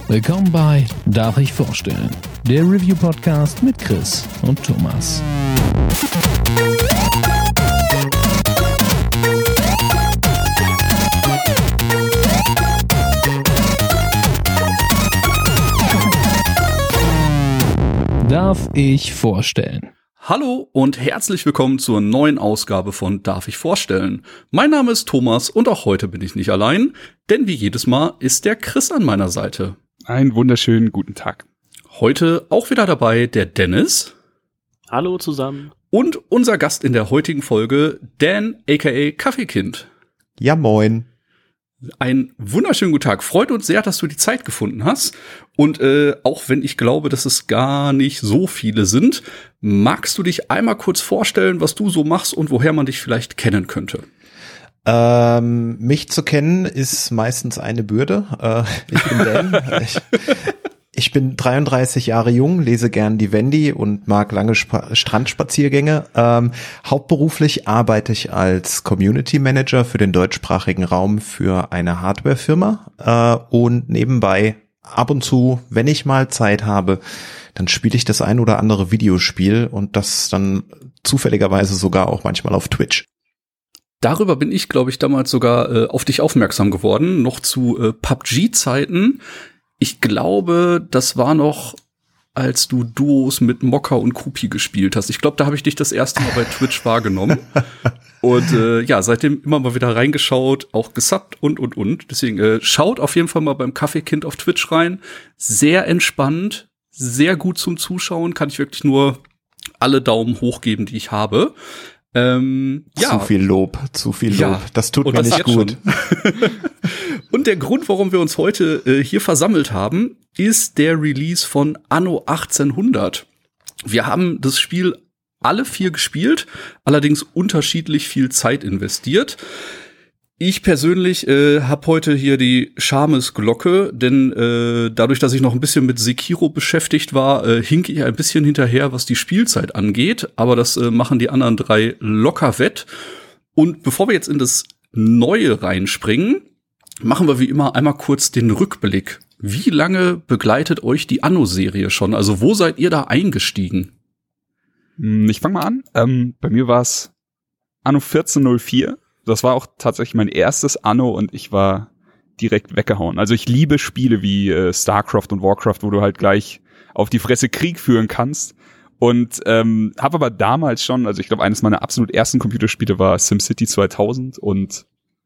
Willkommen bei Darf ich vorstellen? Der Review-Podcast mit Chris und Thomas. Darf ich vorstellen? Hallo und herzlich willkommen zur neuen Ausgabe von Darf ich vorstellen? Mein Name ist Thomas und auch heute bin ich nicht allein, denn wie jedes Mal ist der Chris an meiner Seite. Einen wunderschönen guten Tag. Heute auch wieder dabei der Dennis. Hallo zusammen. Und unser Gast in der heutigen Folge, Dan aka Kaffeekind. Ja, moin. Einen wunderschönen guten Tag. Freut uns sehr, dass du die Zeit gefunden hast. Und auch wenn ich glaube, dass es gar nicht so viele sind, magst du dich einmal kurz vorstellen, was du so machst und woher man dich vielleicht kennen könnte? Mich zu kennen ist meistens eine Bürde. Ich bin Dan. Ich bin 33 Jahre jung, lese gern die Wendy und mag lange Strandspaziergänge. Hauptberuflich arbeite ich als Community Manager für den deutschsprachigen Raum für eine Hardwarefirma. Und nebenbei ab und zu, wenn ich mal Zeit habe, dann spiele ich das ein oder andere Videospiel und das dann zufälligerweise sogar auch manchmal auf Twitch. Darüber bin ich, glaube ich, damals sogar auf dich aufmerksam geworden, noch zu PUBG-Zeiten. Ich glaube, das war noch, als du Duos mit Mokka und Kupi gespielt hast. Ich glaube, da habe ich dich das erste Mal bei Twitch wahrgenommen. Und ja, seitdem immer mal wieder reingeschaut, auch gesubbt und. Deswegen schaut auf jeden Fall mal beim Kaffeekind auf Twitch rein. Sehr entspannt, sehr gut zum Zuschauen. Kann ich wirklich nur alle Daumen hoch geben, die ich habe. Ja. Zu viel Lob. Ja, das tut mir nicht gut. Und der Grund, warum wir uns heute hier versammelt haben, ist der Release von Anno 1800. Wir haben das Spiel alle 4 gespielt, allerdings unterschiedlich viel Zeit investiert. Ich persönlich habe heute hier die Schamesglocke, denn dadurch, dass ich noch ein bisschen mit Sekiro beschäftigt war, hink ich ein bisschen hinterher, was die Spielzeit angeht. Aber das machen die anderen 3 locker wett. Und bevor wir jetzt in das Neue reinspringen, machen wir wie immer einmal kurz den Rückblick. Wie lange begleitet euch die Anno-Serie schon? Also wo seid ihr da eingestiegen? Ich fange mal an. Bei mir war es Anno 1404. Das war auch tatsächlich mein erstes Anno und ich war direkt weggehauen. Also ich liebe Spiele wie StarCraft und Warcraft, wo du halt gleich auf die Fresse Krieg führen kannst. Und habe aber damals schon, also ich glaube, eines meiner absolut ersten Computerspiele war SimCity 2000 und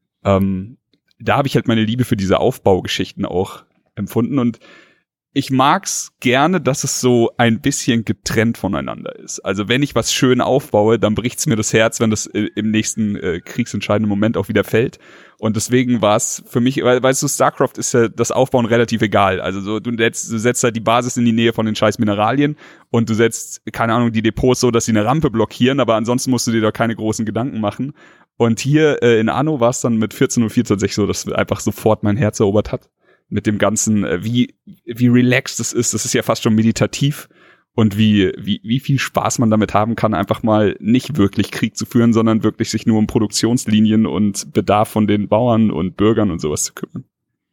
da habe ich halt meine Liebe für diese Aufbaugeschichten auch empfunden und ich mag's gerne, dass es so ein bisschen getrennt voneinander ist. Also wenn ich was schön aufbaue, dann bricht's mir das Herz, wenn das im nächsten kriegsentscheidenden Moment auch wieder fällt. Und deswegen war es für mich, weißt du, StarCraft ist ja das Aufbauen relativ egal. Also so, du setzt halt die Basis in die Nähe von den scheiß Mineralien und du setzt, keine Ahnung, die Depots so, dass sie eine Rampe blockieren, aber ansonsten musst du dir da keine großen Gedanken machen. Und hier in Anno war es dann mit 1404 tatsächlich so, dass einfach sofort mein Herz erobert hat. Mit dem Ganzen, wie relaxed es ist. Das ist ja fast schon meditativ. Und wie viel Spaß man damit haben kann, einfach mal nicht wirklich Krieg zu führen, sondern wirklich sich nur um Produktionslinien und Bedarf von den Bauern und Bürgern und sowas zu kümmern.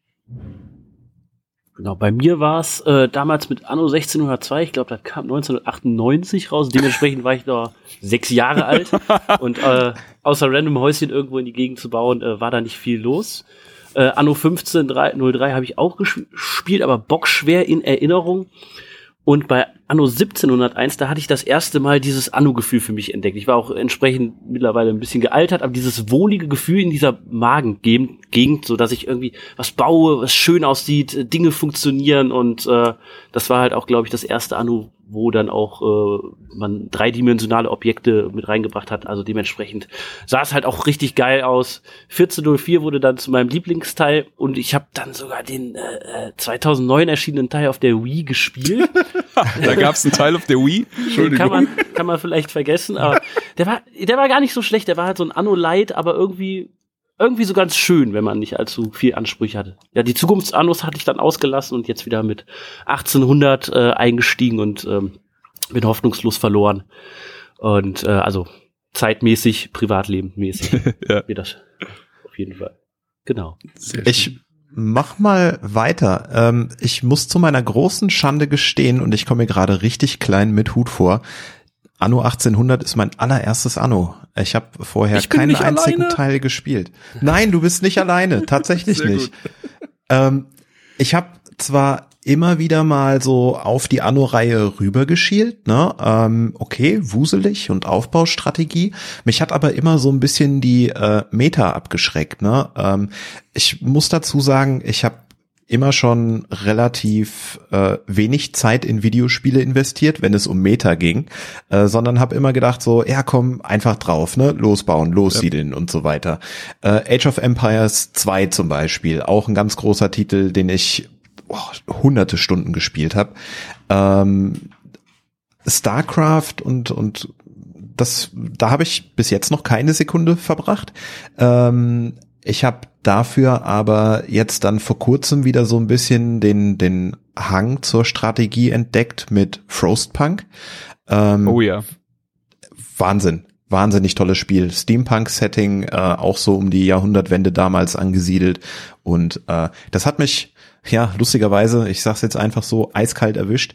Genau, bei mir war es damals mit Anno 1602, ich glaube, das kam 1998 raus, dementsprechend war ich da 6 Jahre alt und außer random Häuschen irgendwo in die Gegend zu bauen, war da nicht viel los. Anno 1503 habe ich auch gespielt, aber bockschwer in Erinnerung. Und bei Anno 1701, da hatte ich das erste Mal dieses Anno-Gefühl für mich entdeckt. Ich war auch entsprechend mittlerweile ein bisschen gealtert, aber dieses wohlige Gefühl in dieser Magengegend, so dass ich irgendwie was baue, was schön aussieht, Dinge funktionieren und das war halt auch, glaube ich, das erste Anno, wo dann auch man dreidimensionale Objekte mit reingebracht hat. Also dementsprechend sah es halt auch richtig geil aus. 1404 wurde dann zu meinem Lieblingsteil und ich habe dann sogar den 2009 erschienenen Teil auf der Wii gespielt. Da gab's einen Teil auf der Wii? Entschuldigung. Kann man vielleicht vergessen, aber der war gar nicht so schlecht. Der war halt so ein Anno Light, aber irgendwie so ganz schön, wenn man nicht allzu viel Ansprüche hatte. Ja, die Zukunftsannos hatte ich dann ausgelassen und jetzt wieder mit 1800 eingestiegen und bin hoffnungslos verloren. Und also zeitmäßig, privatlebenmäßig ja. wird das auf jeden Fall. Genau. Mach mal weiter. Ich muss zu meiner großen Schande gestehen, und ich komme mir gerade richtig klein mit Hut vor, Anno 1800 ist mein allererstes Anno. Ich habe vorher keinen einzigen Teil gespielt. Nein, du bist nicht alleine, tatsächlich sehr nicht. Ich habe zwar immer wieder mal so auf die Anno-Reihe rübergeschielt, ne? Okay, wuselig und Aufbaustrategie. Mich hat aber immer so ein bisschen die Meta abgeschreckt, ne? Ich muss dazu sagen, ich habe immer schon relativ wenig Zeit in Videospiele investiert, wenn es um Meta ging, sondern habe immer gedacht so, ja komm, einfach drauf, ne, losbauen, lossiedeln und so weiter. Age of Empires 2 zum Beispiel, auch ein ganz großer Titel, den ich hunderte Stunden gespielt habe. StarCraft und das, da habe ich bis jetzt noch keine Sekunde verbracht. Ich habe dafür aber jetzt dann vor kurzem wieder so ein bisschen den Hang zur Strategie entdeckt mit Frostpunk. Oh ja. Wahnsinnig tolles Spiel. Steampunk-Setting, auch so um die Jahrhundertwende damals angesiedelt. Und das hat mich, ja, lustigerweise, ich sag's jetzt einfach so, eiskalt erwischt.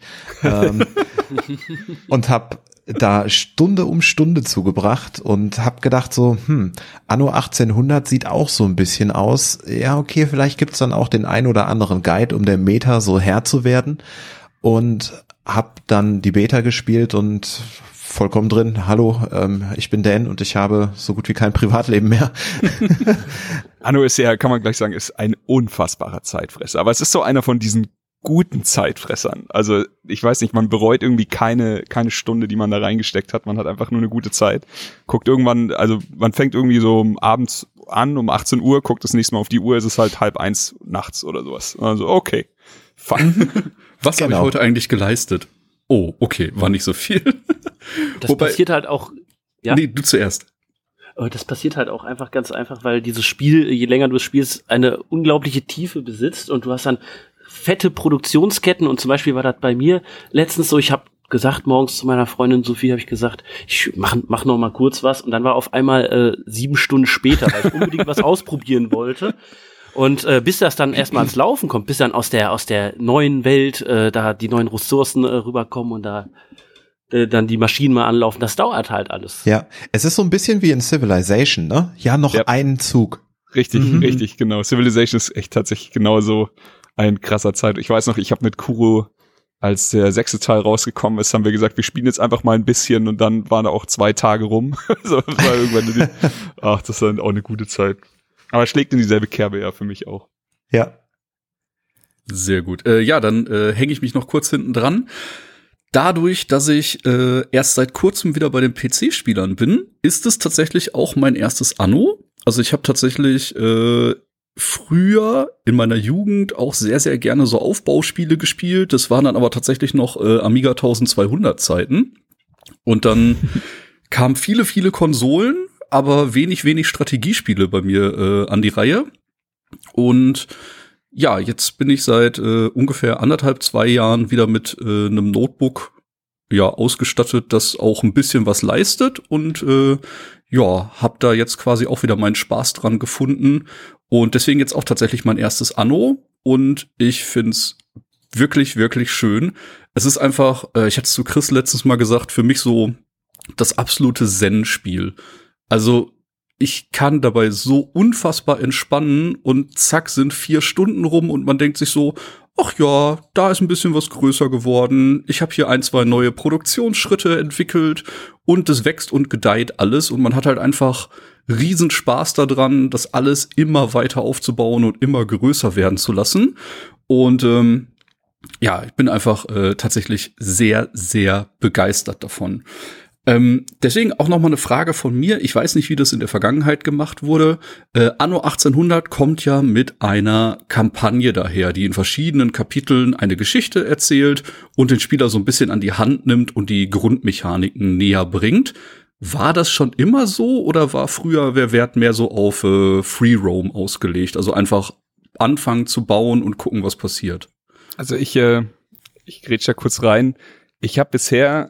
Und hab da Stunde um Stunde zugebracht und hab gedacht so, Anno 1800 sieht auch so ein bisschen aus. Ja, okay, vielleicht gibt's dann auch den ein oder anderen Guide, um der Meta so Herr zu werden. Und hab dann die Beta gespielt und vollkommen drin. Hallo, ich bin Dan und ich habe so gut wie kein Privatleben mehr. Anno ist ja, kann man gleich sagen, ist ein unfassbarer Zeitfresser. Aber es ist so einer von diesen guten Zeitfressern. Also ich weiß nicht, man bereut irgendwie keine Stunde, die man da reingesteckt hat. Man hat einfach nur eine gute Zeit. Guckt irgendwann, also man fängt irgendwie so abends an, um 18 Uhr, guckt das nächste Mal auf die Uhr, ist es halt 12:30 nachts oder sowas. Also okay, fun. Was habe ich heute eigentlich geleistet? Oh, okay, war nicht so viel. Das passiert halt auch. Ja? Nee, du zuerst. Das passiert halt auch einfach ganz einfach, weil dieses Spiel, je länger du es spielst, eine unglaubliche Tiefe besitzt und du hast dann fette Produktionsketten und zum Beispiel war das bei mir letztens so, ich habe gesagt morgens zu meiner Freundin Sophie, habe ich gesagt, ich mach noch mal kurz was und dann war auf einmal 7 Stunden später, weil ich unbedingt was ausprobieren wollte. Und bis das dann erstmal ans Laufen kommt, bis dann aus der neuen Welt da die neuen Ressourcen rüberkommen und da dann die Maschinen mal anlaufen, das dauert halt alles. Ja, es ist so ein bisschen wie in Civilization, ne? Ja, noch einen Zug. Richtig, genau. Civilization ist echt tatsächlich genauso ein krasser Zeit. Ich weiß noch, ich habe mit Kuro, als der 6. Teil rausgekommen ist, haben wir gesagt, wir spielen jetzt einfach mal ein bisschen und dann waren da auch 2 Tage rum. So, das war irgendwann das war auch eine gute Zeit. Aber schlägt in dieselbe Kerbe ja für mich auch. Ja. Sehr gut. Ja, dann hänge ich mich noch kurz hinten dran. Dadurch, dass ich erst seit kurzem wieder bei den PC-Spielern bin, ist es tatsächlich auch mein erstes Anno. Also ich habe tatsächlich früher in meiner Jugend auch sehr, sehr gerne so Aufbauspiele gespielt. Das waren dann aber tatsächlich noch Amiga 1200 Zeiten. Und dann kamen viele Konsolen, aber wenig Strategiespiele bei mir an die Reihe. Und ja, jetzt bin ich seit ungefähr 1,5-2 Jahren wieder mit einem Notebook ausgestattet, das auch ein bisschen was leistet und hab da jetzt quasi auch wieder meinen Spaß dran gefunden und deswegen jetzt auch tatsächlich mein erstes Anno und ich find's wirklich schön. Es ist einfach, ich hatte es zu Chris letztens mal gesagt, für mich so das absolute Zen-Spiel. Also ich kann dabei so unfassbar entspannen und zack sind 4 Stunden rum und man denkt sich so, ach ja, da ist ein bisschen was größer geworden. Ich habe hier 1-2 neue Produktionsschritte entwickelt und es wächst und gedeiht alles und man hat halt einfach riesen Spaß daran, das alles immer weiter aufzubauen und immer größer werden zu lassen. Und ich bin einfach tatsächlich sehr, sehr begeistert davon. Deswegen auch noch mal eine Frage von mir. Ich weiß nicht, wie das in der Vergangenheit gemacht wurde. Anno 1800 kommt ja mit einer Kampagne daher, die in verschiedenen Kapiteln eine Geschichte erzählt und den Spieler so ein bisschen an die Hand nimmt und die Grundmechaniken näher bringt. War das schon immer so oder war früher der Wert mehr so auf Free Roam ausgelegt? Also einfach anfangen zu bauen und gucken, was passiert. Also ich grätsch da kurz rein. Ich habe bisher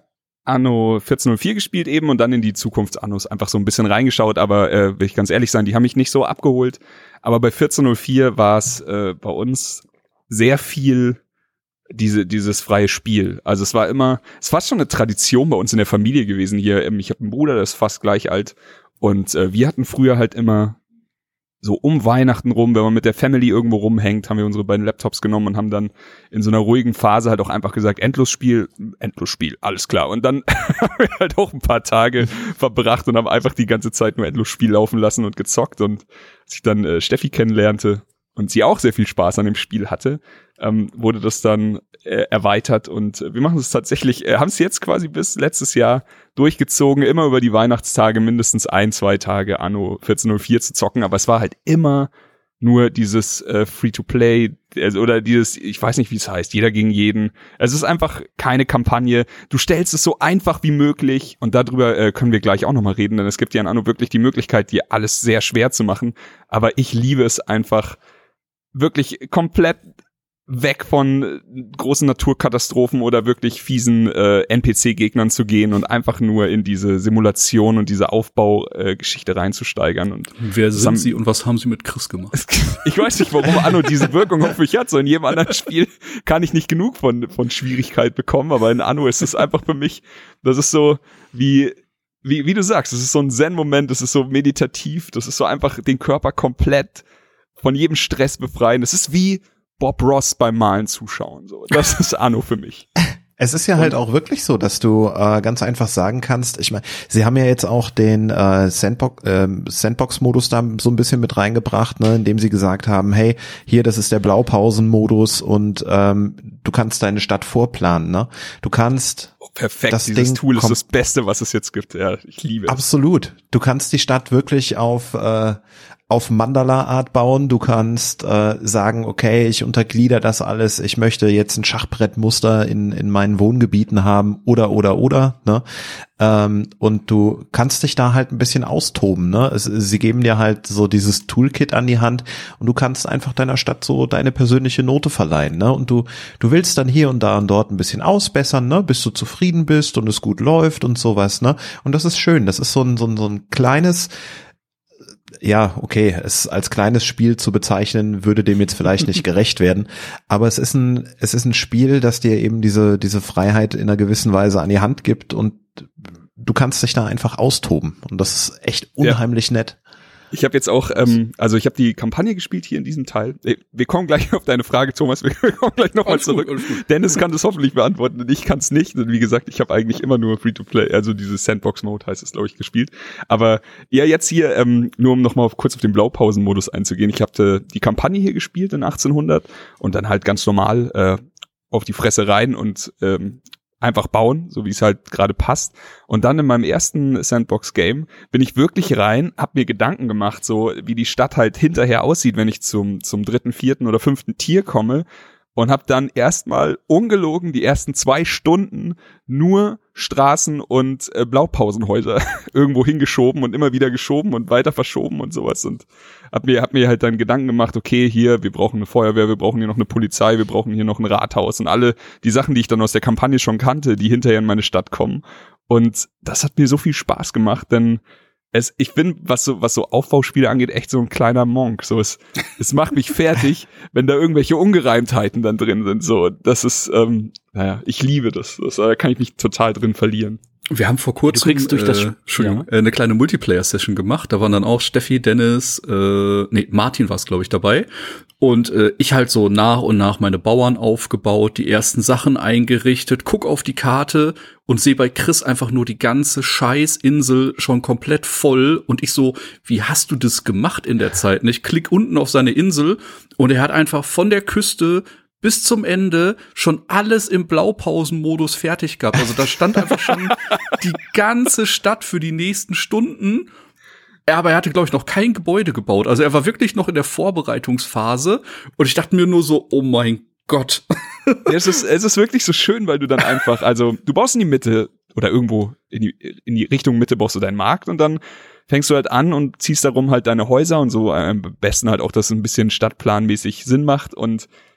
Anno 1404 gespielt eben und dann in die Zukunfts-Annos einfach so ein bisschen reingeschaut, aber will ich ganz ehrlich sein, die haben mich nicht so abgeholt. Aber bei 1404 war es bei uns sehr viel dieses freie Spiel. Also es war fast schon eine Tradition bei uns in der Familie gewesen hier. Ich habe einen Bruder, der ist fast gleich alt und wir hatten früher halt immer so um Weihnachten rum, wenn man mit der Family irgendwo rumhängt, haben wir unsere beiden Laptops genommen und haben dann in so einer ruhigen Phase halt auch einfach gesagt, Endlosspiel, alles klar. Und dann haben wir halt auch ein paar Tage verbracht und haben einfach die ganze Zeit nur Endlosspiel laufen lassen und gezockt. Und als ich dann Steffi kennenlernte und sie auch sehr viel Spaß an dem Spiel hatte, wurde das dann erweitert und wir machen es tatsächlich, haben es jetzt quasi bis letztes Jahr durchgezogen, immer über die Weihnachtstage mindestens 1-2 Tage Anno 1404 zu zocken, aber es war halt immer nur dieses Free-to-Play oder dieses, ich weiß nicht, wie es heißt, jeder gegen jeden. Es ist einfach keine Kampagne. Du stellst es so einfach wie möglich und darüber können wir gleich auch nochmal reden, denn es gibt ja in Anno wirklich die Möglichkeit, dir alles sehr schwer zu machen, aber ich liebe es einfach wirklich komplett weg von großen Naturkatastrophen oder wirklich fiesen NPC-Gegnern zu gehen und einfach nur in diese Simulation und diese Aufbaugeschichte reinzusteigern. Und wer sind Sie und was haben Sie mit Chris gemacht? Ich weiß nicht, warum Anno diese Wirkung auf mich hat. So in jedem anderen Spiel kann ich nicht genug von Schwierigkeit bekommen, aber in Anno ist es einfach für mich, das ist so wie du sagst, es ist so ein Zen-Moment, es ist so meditativ, das ist so einfach den Körper komplett von jedem Stress befreien. Es ist wie Bob Ross beim Malen zuschauen. So, das ist Anno für mich. Es ist ja halt auch wirklich so, dass du ganz einfach sagen kannst, ich meine, sie haben ja jetzt auch den Sandbox-Modus da so ein bisschen mit reingebracht, ne, indem sie gesagt haben, hey, hier, das ist der Blaupausen-Modus und du kannst deine Stadt vorplanen, ne? Du kannst perfekt, das dieses Ding Tool ist das Beste, was es jetzt gibt. Ja, ich liebe es. Absolut. Du kannst die Stadt wirklich auf Mandala-Art bauen. Du kannst sagen, okay, ich unterglieder das alles. Ich möchte jetzt ein Schachbrettmuster in meinen Wohngebieten haben oder, ne? Und du kannst dich da halt ein bisschen austoben, ne? Sie geben dir halt so dieses Toolkit an die Hand und du kannst einfach deiner Stadt so deine persönliche Note verleihen, ne? Und du willst dann hier und da und dort ein bisschen ausbessern, ne? Bis du zufrieden bist und es gut läuft und sowas, ne? Und das ist schön. Das ist so ein kleines, ja, okay, es als kleines Spiel zu bezeichnen, würde dem jetzt vielleicht nicht gerecht werden, aber es ist ein Spiel, das dir eben diese Freiheit in einer gewissen Weise an die Hand gibt und du kannst dich da einfach austoben und das ist echt unheimlich nett. Ich habe jetzt auch, also ich habe die Kampagne gespielt hier in diesem Teil. Wir kommen gleich auf deine Frage, Thomas, wir kommen gleich nochmal zurück. Gut. Dennis kann das hoffentlich beantworten und ich kann es nicht. Und wie gesagt, ich habe eigentlich immer nur Free-to-Play, also dieses Sandbox-Mode heißt es, glaube ich, gespielt. Aber ja, jetzt hier, nur um nochmal kurz auf den Blaupausen-Modus einzugehen. Ich habe die Kampagne hier gespielt in 1800 und dann halt ganz normal auf die Fresse rein und einfach bauen, so wie es halt gerade passt. Und dann in meinem ersten Sandbox-Game bin ich wirklich rein, hab mir Gedanken gemacht, so wie die Stadt halt hinterher aussieht, wenn ich zum 3., 4. oder 5. Tier komme und hab dann erstmal ungelogen die ersten 2 Stunden nur Straßen und Blaupausenhäuser irgendwo hingeschoben und immer wieder geschoben und weiter verschoben und sowas und hab mir halt dann Gedanken gemacht, okay, hier, wir brauchen eine Feuerwehr, wir brauchen hier noch eine Polizei, wir brauchen hier noch ein Rathaus und alle die Sachen, die ich dann aus der Kampagne schon kannte, die hinterher in meine Stadt kommen. Und das hat mir so viel Spaß gemacht, denn ich bin, was so Aufbauspiele angeht, echt so ein kleiner Monk. So, es macht mich fertig, wenn da irgendwelche Ungereimtheiten dann drin sind. So, das ist, ich liebe das. Da kann ich mich total drin verlieren. Wir haben vor kurzem eine kleine Multiplayer-Session gemacht. Da waren dann auch Steffi, Dennis, Martin war es, glaube ich, dabei. Und ich halt so nach und nach meine Bauern aufgebaut, die ersten Sachen eingerichtet, guck auf die Karte und sehe bei Chris einfach nur die ganze Scheißinsel schon komplett voll. Und ich so, wie hast du das gemacht in der Zeit? Und ich klick unten auf seine Insel und er hat einfach von der Küste bis zum Ende schon alles im Blaupausenmodus fertig gehabt. Also da stand einfach schon die ganze Stadt für die nächsten Stunden. Aber er hatte, glaube ich, noch kein Gebäude gebaut. Also er war wirklich noch in der Vorbereitungsphase. Und ich dachte mir nur so, oh mein Gott. Ja, es ist wirklich so schön, weil du dann einfach, also du baust in die Mitte oder irgendwo in die Richtung Mitte baust du deinen Markt und dann fängst du halt an und ziehst darum halt deine Häuser und so am besten halt auch, dass es ein bisschen stadtplanmäßig Sinn macht und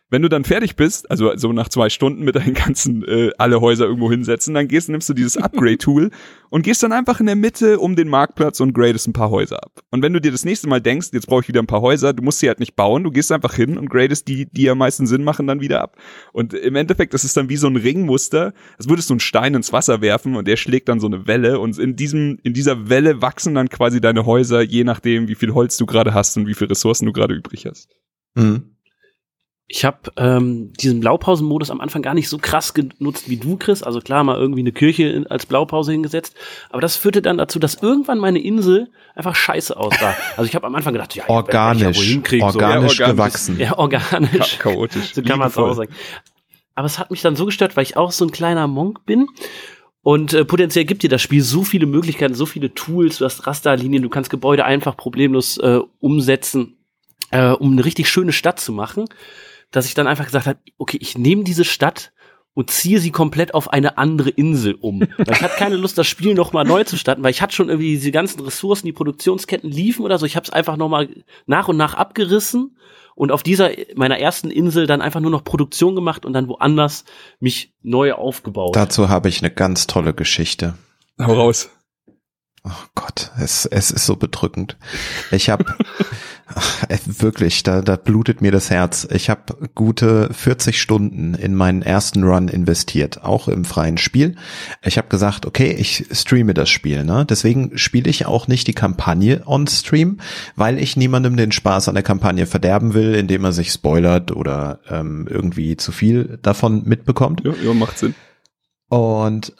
wenn du dann fertig bist, also so nach 2 Stunden mit deinen ganzen alle Häuser irgendwo hinsetzen, dann nimmst du dieses Upgrade-Tool und gehst dann einfach in der Mitte um den Marktplatz und gradest ein paar Häuser ab. Und wenn du dir das nächste Mal denkst, jetzt brauche ich wieder ein paar Häuser, du musst sie halt nicht bauen, du gehst einfach hin und gradest die am meisten Sinn machen, dann wieder ab. Und im Endeffekt ist es dann wie so ein Ringmuster, als würdest du einen Stein ins Wasser werfen und der schlägt dann so eine Welle und in dieser Welle wachsen dann quasi deine Häuser, je nachdem, wie viel Holz du gerade hast und wie viele Ressourcen du gerade übrig hast. Mhm. Ich habe diesen Blaupausenmodus am Anfang gar nicht so krass genutzt wie du, Chris. Also klar, mal irgendwie eine Kirche als Blaupause hingesetzt. Aber das führte dann dazu, dass irgendwann meine Insel einfach scheiße aussah. Also ich habe am Anfang gedacht, ja, organisch gewachsen. Ja, organisch. Chaotisch. So kann man es auch sagen. Aber es hat mich dann so gestört, weil ich auch so ein kleiner Monk bin. Und potenziell gibt dir das Spiel so viele Möglichkeiten, so viele Tools. Du hast Rasterlinien, du kannst Gebäude einfach problemlos umsetzen, um eine richtig schöne Stadt zu machen, dass ich dann einfach gesagt habe, okay, ich nehme diese Stadt und ziehe sie komplett auf eine andere Insel um. Weil ich hatte keine Lust, das Spiel nochmal neu zu starten, weil ich hatte schon irgendwie diese ganzen Ressourcen, die Produktionsketten liefen oder so. Ich habe es einfach nochmal nach und nach abgerissen und auf meiner ersten Insel dann einfach nur noch Produktion gemacht und dann woanders mich neu aufgebaut. Dazu habe ich eine ganz tolle Geschichte. Hau raus. Oh Gott, es ist so bedrückend. Ich habe wirklich, da blutet mir das Herz. Ich habe gute 40 Stunden in meinen ersten Run investiert, auch im freien Spiel. Ich habe gesagt, okay, ich streame das Spiel, ne? Deswegen spiele ich auch nicht die Kampagne on Stream, weil ich niemandem den Spaß an der Kampagne verderben will, indem er sich spoilert oder irgendwie zu viel davon mitbekommt. Ja, macht Sinn. Und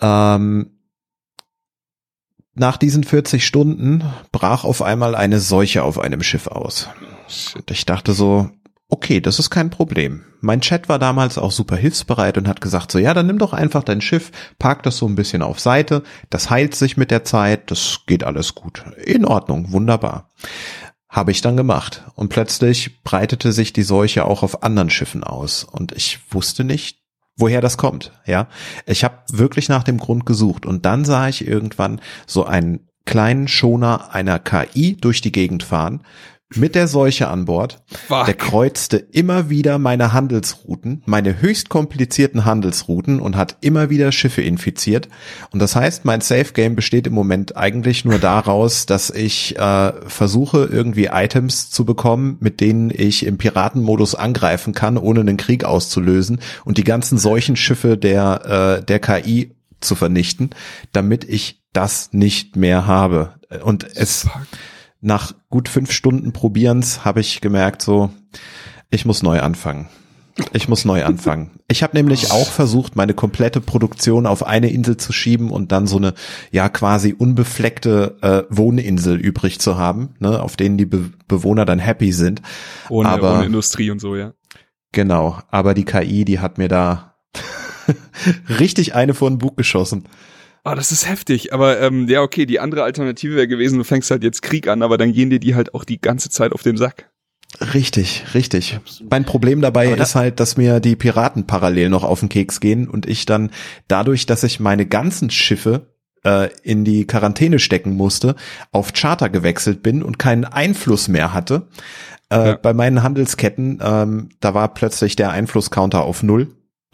nach diesen 40 Stunden brach auf einmal eine Seuche auf einem Schiff aus. Und ich dachte so, okay, das ist kein Problem. Mein Chat war damals auch super hilfsbereit und hat gesagt so, ja, dann nimm doch einfach dein Schiff, park das so ein bisschen auf Seite, das heilt sich mit der Zeit, das geht alles gut. In Ordnung, wunderbar. Habe ich dann gemacht. Und plötzlich breitete sich die Seuche auch auf anderen Schiffen aus. Und ich wusste nicht, woher das kommt, ja. Ich habe wirklich nach dem Grund gesucht und dann sah ich irgendwann so einen kleinen Schoner einer KI durch die Gegend fahren mit der Seuche an Bord. Fuck. Der kreuzte immer wieder meine Handelsrouten, meine höchst komplizierten Handelsrouten und hat immer wieder Schiffe infiziert. Und das heißt, mein Safe Game besteht im Moment eigentlich nur daraus, dass ich versuche, irgendwie Items zu bekommen, mit denen ich im Piratenmodus angreifen kann, ohne einen Krieg auszulösen und die ganzen Seuchenschiffe der KI zu vernichten, damit ich das nicht mehr habe. Und nach gut 5 Stunden Probierens habe ich gemerkt, so, ich muss neu anfangen. Ich habe nämlich auch versucht, meine komplette Produktion auf eine Insel zu schieben und dann so eine, ja, quasi unbefleckte Wohninsel übrig zu haben, ne, auf denen die Bewohner dann happy sind. Ohne Industrie und so, ja. Genau, aber die KI, die hat mir da richtig eine vor den Bug geschossen. Oh, das ist heftig, aber ja, okay, die andere Alternative wäre gewesen, du fängst halt jetzt Krieg an, aber dann gehen dir die halt auch die ganze Zeit auf den Sack. Richtig. Mein Problem dabei ist halt, dass mir die Piraten parallel noch auf den Keks gehen und ich dann dadurch, dass ich meine ganzen Schiffe in die Quarantäne stecken musste, auf Charter gewechselt bin und keinen Einfluss mehr hatte. Bei meinen Handelsketten, da war plötzlich der Einflusscounter auf 0.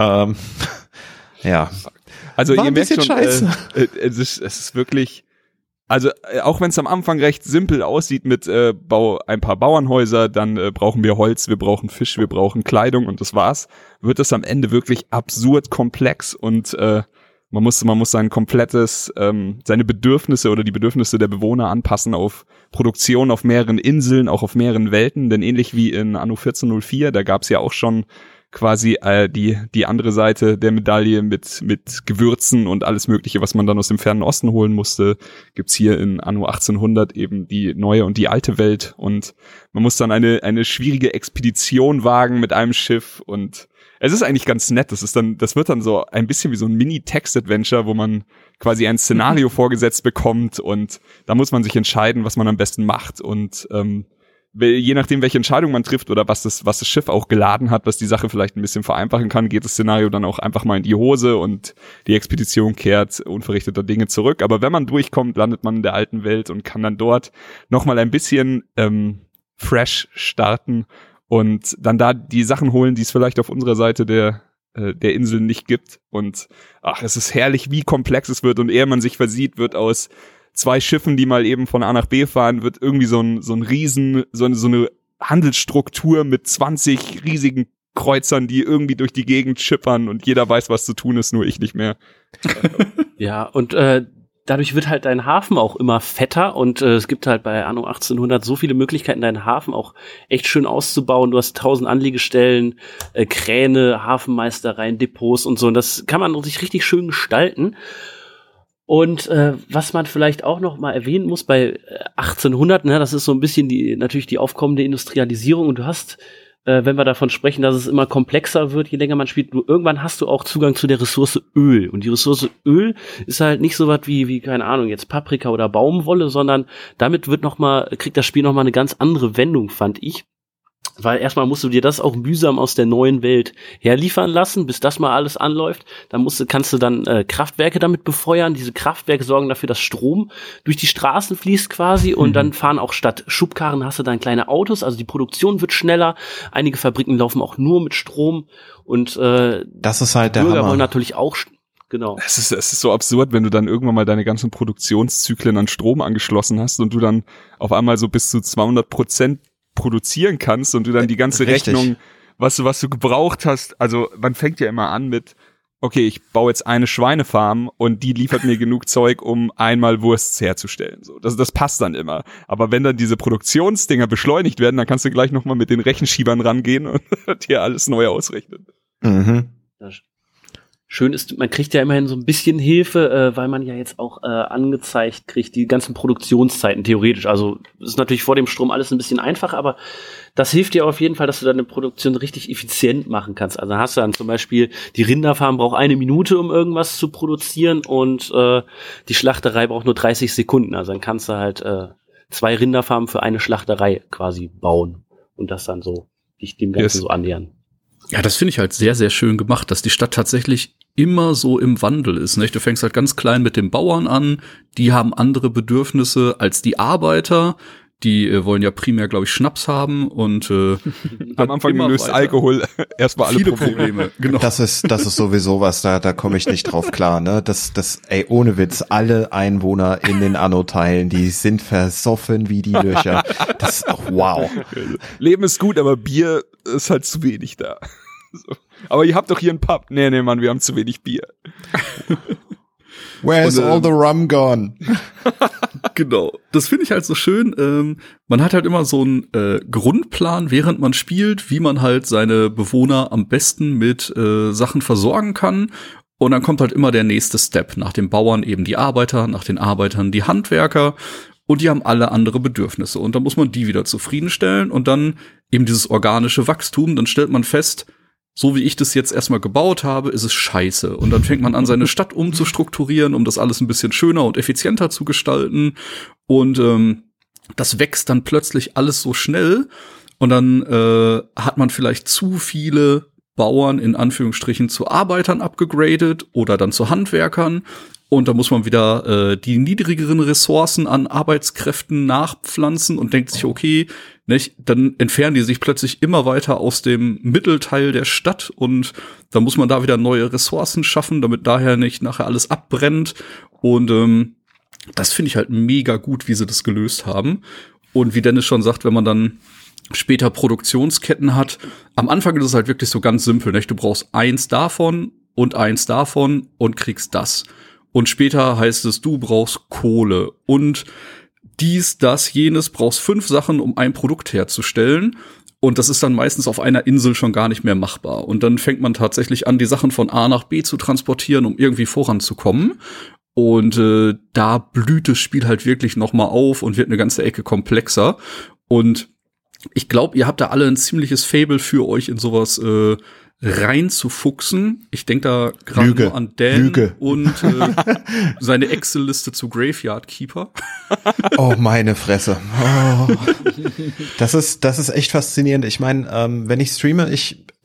Ja. Also War ihr merkt schon, scheiße. Es ist wirklich, also auch wenn es am Anfang recht simpel aussieht mit ein paar Bauernhäuser, dann brauchen wir Holz, wir brauchen Fisch, wir brauchen Kleidung und das war's, wird es am Ende wirklich absurd komplex und man muss sein komplettes, seine Bedürfnisse oder die Bedürfnisse der Bewohner anpassen auf Produktion auf mehreren Inseln, auch auf mehreren Welten, denn ähnlich wie in Anno 1404, da gab's ja auch schon quasi die andere Seite der Medaille mit Gewürzen und alles Mögliche, was man dann aus dem fernen Osten holen musste, gibt's hier in Anno 1800 eben die neue und die alte Welt und man muss dann eine schwierige Expedition wagen mit einem Schiff und es ist eigentlich ganz nett. Das wird dann so ein bisschen wie so ein Mini-Text-Adventure, wo man quasi ein Szenario vorgesetzt bekommt und da muss man sich entscheiden, was man am besten macht und je nachdem, welche Entscheidung man trifft oder was das Schiff auch geladen hat, was die Sache vielleicht ein bisschen vereinfachen kann, geht das Szenario dann auch einfach mal in die Hose und die Expedition kehrt unverrichteter Dinge zurück. Aber wenn man durchkommt, landet man in der alten Welt und kann dann dort nochmal ein bisschen fresh starten und dann da die Sachen holen, die es vielleicht auf unserer Seite der Insel nicht gibt. Und es ist herrlich, wie komplex es wird. Und ehe man sich versieht, wird aus 2 Schiffen, die mal eben von A nach B fahren, wird irgendwie so ein Riesen, so eine Handelsstruktur mit 20 riesigen Kreuzern, die irgendwie durch die Gegend schippern und jeder weiß, was zu tun ist, nur ich nicht mehr. Ja, und dadurch wird halt dein Hafen auch immer fetter und es gibt halt bei Anno 1800 so viele Möglichkeiten, deinen Hafen auch echt schön auszubauen. Du hast 1000 Anlegestellen, Kräne, Hafenmeistereien, Depots und so. Und das kann man sich richtig schön gestalten. Und was man vielleicht auch noch mal erwähnen muss bei 1800, ne, das ist so ein bisschen natürlich die aufkommende Industrialisierung. Und du hast, wenn wir davon sprechen, dass es immer komplexer wird, je länger man spielt, irgendwann hast du auch Zugang zu der Ressource Öl. Und die Ressource Öl ist halt nicht so was wie, keine Ahnung, jetzt Paprika oder Baumwolle, sondern damit kriegt das Spiel noch mal eine ganz andere Wendung, fand ich. Weil erstmal musst du dir das auch mühsam aus der neuen Welt herliefern lassen, bis das mal alles anläuft. Dann kannst du dann Kraftwerke damit befeuern. Diese Kraftwerke sorgen dafür, dass Strom durch die Straßen fließt quasi. Und dann fahren auch statt Schubkarren hast du dann kleine Autos. Also die Produktion wird schneller. Einige Fabriken laufen auch nur mit Strom. Und das ist halt der Bürger Hammer. Wollen natürlich auch genau. Es ist so absurd, wenn du dann irgendwann mal deine ganzen Produktionszyklen an Strom angeschlossen hast und du dann auf einmal so bis zu 200% produzieren kannst und du dann die ganze Richtig. Rechnung, was du gebraucht hast, also man fängt ja immer an mit, okay, ich baue jetzt eine Schweinefarm und die liefert mir genug Zeug, um einmal Wurst herzustellen. So, das passt dann immer. Aber wenn dann diese Produktionsdinger beschleunigt werden, dann kannst du gleich nochmal mit den Rechenschiebern rangehen und dir alles neu ausrechnen. Mhm. Schön ist, man kriegt ja immerhin so ein bisschen Hilfe, weil man ja jetzt auch angezeigt kriegt, die ganzen Produktionszeiten theoretisch. Also ist natürlich vor dem Strom alles ein bisschen einfacher, aber das hilft dir auf jeden Fall, dass du deine Produktion richtig effizient machen kannst. Also hast du dann zum Beispiel, die Rinderfarm braucht 1 Minute, um irgendwas zu produzieren und die Schlachterei braucht nur 30 Sekunden. Also dann kannst du halt 2 Rinderfarmen für eine Schlachterei quasi bauen und das dann so dich dem Ganzen so annähern. Ja, das finde ich halt sehr, sehr schön gemacht, dass die Stadt tatsächlich immer so im Wandel ist, nicht? Du fängst halt ganz klein mit den Bauern an, die haben andere Bedürfnisse als die Arbeiter, die wollen ja primär, glaube ich, Schnaps haben und am Anfang löst Alkohol erstmal alle Probleme. Genau. Das ist sowieso was, da komme ich nicht drauf klar, ne? Ey, ohne Witz, alle Einwohner in den Anno-Teilen, die sind versoffen wie die Löcher. Wow. Leben ist gut, aber Bier ist halt zu wenig da. So. Aber ihr habt doch hier einen Pub. Nee, Mann, wir haben zu wenig Bier. Where's all the rum gone? Genau. Das finde ich halt so schön. Man hat halt immer so einen Grundplan, während man spielt, wie man halt seine Bewohner am besten mit Sachen versorgen kann. Und dann kommt halt immer der nächste Step. Nach den Bauern eben die Arbeiter, nach den Arbeitern die Handwerker. Und die haben alle andere Bedürfnisse. Und dann muss man die wieder zufriedenstellen. Und dann eben dieses organische Wachstum. Dann stellt man fest, so wie ich das jetzt erstmal gebaut habe, ist es scheiße. Und dann fängt man an, seine Stadt umzustrukturieren, um das alles ein bisschen schöner und effizienter zu gestalten. Und das wächst dann plötzlich alles so schnell. Und dann hat man vielleicht zu viele Bauern in Anführungsstrichen zu Arbeitern abgegradet oder dann zu Handwerkern. Und da muss man wieder die niedrigeren Ressourcen an Arbeitskräften nachpflanzen und denkt sich, okay, nicht, dann entfernen die sich plötzlich immer weiter aus dem Mittelteil der Stadt und dann muss man da wieder neue Ressourcen schaffen, damit daher nicht nachher alles abbrennt. Und das finde ich halt mega gut, wie sie das gelöst haben. Und wie Dennis schon sagt, wenn man dann später Produktionsketten hat, am Anfang ist es halt wirklich so ganz simpel, nicht? Du brauchst 1 davon und kriegst das. Und später heißt es, du brauchst Kohle und dies, das, jenes, brauchst 5 Sachen, um ein Produkt herzustellen. Und das ist dann meistens auf einer Insel schon gar nicht mehr machbar. Und dann fängt man tatsächlich an, die Sachen von A nach B zu transportieren, um irgendwie voranzukommen. Und da blüht das Spiel halt wirklich noch mal auf und wird eine ganze Ecke komplexer. Und ich glaube, ihr habt da alle ein ziemliches Faible für euch in sowas reinzufuchsen. Ich denke da gerade nur an Dan und seine Excel-Liste zu Graveyard Keeper. Oh, meine Fresse. Oh. Das ist echt faszinierend. Ich meine, wenn ich streame,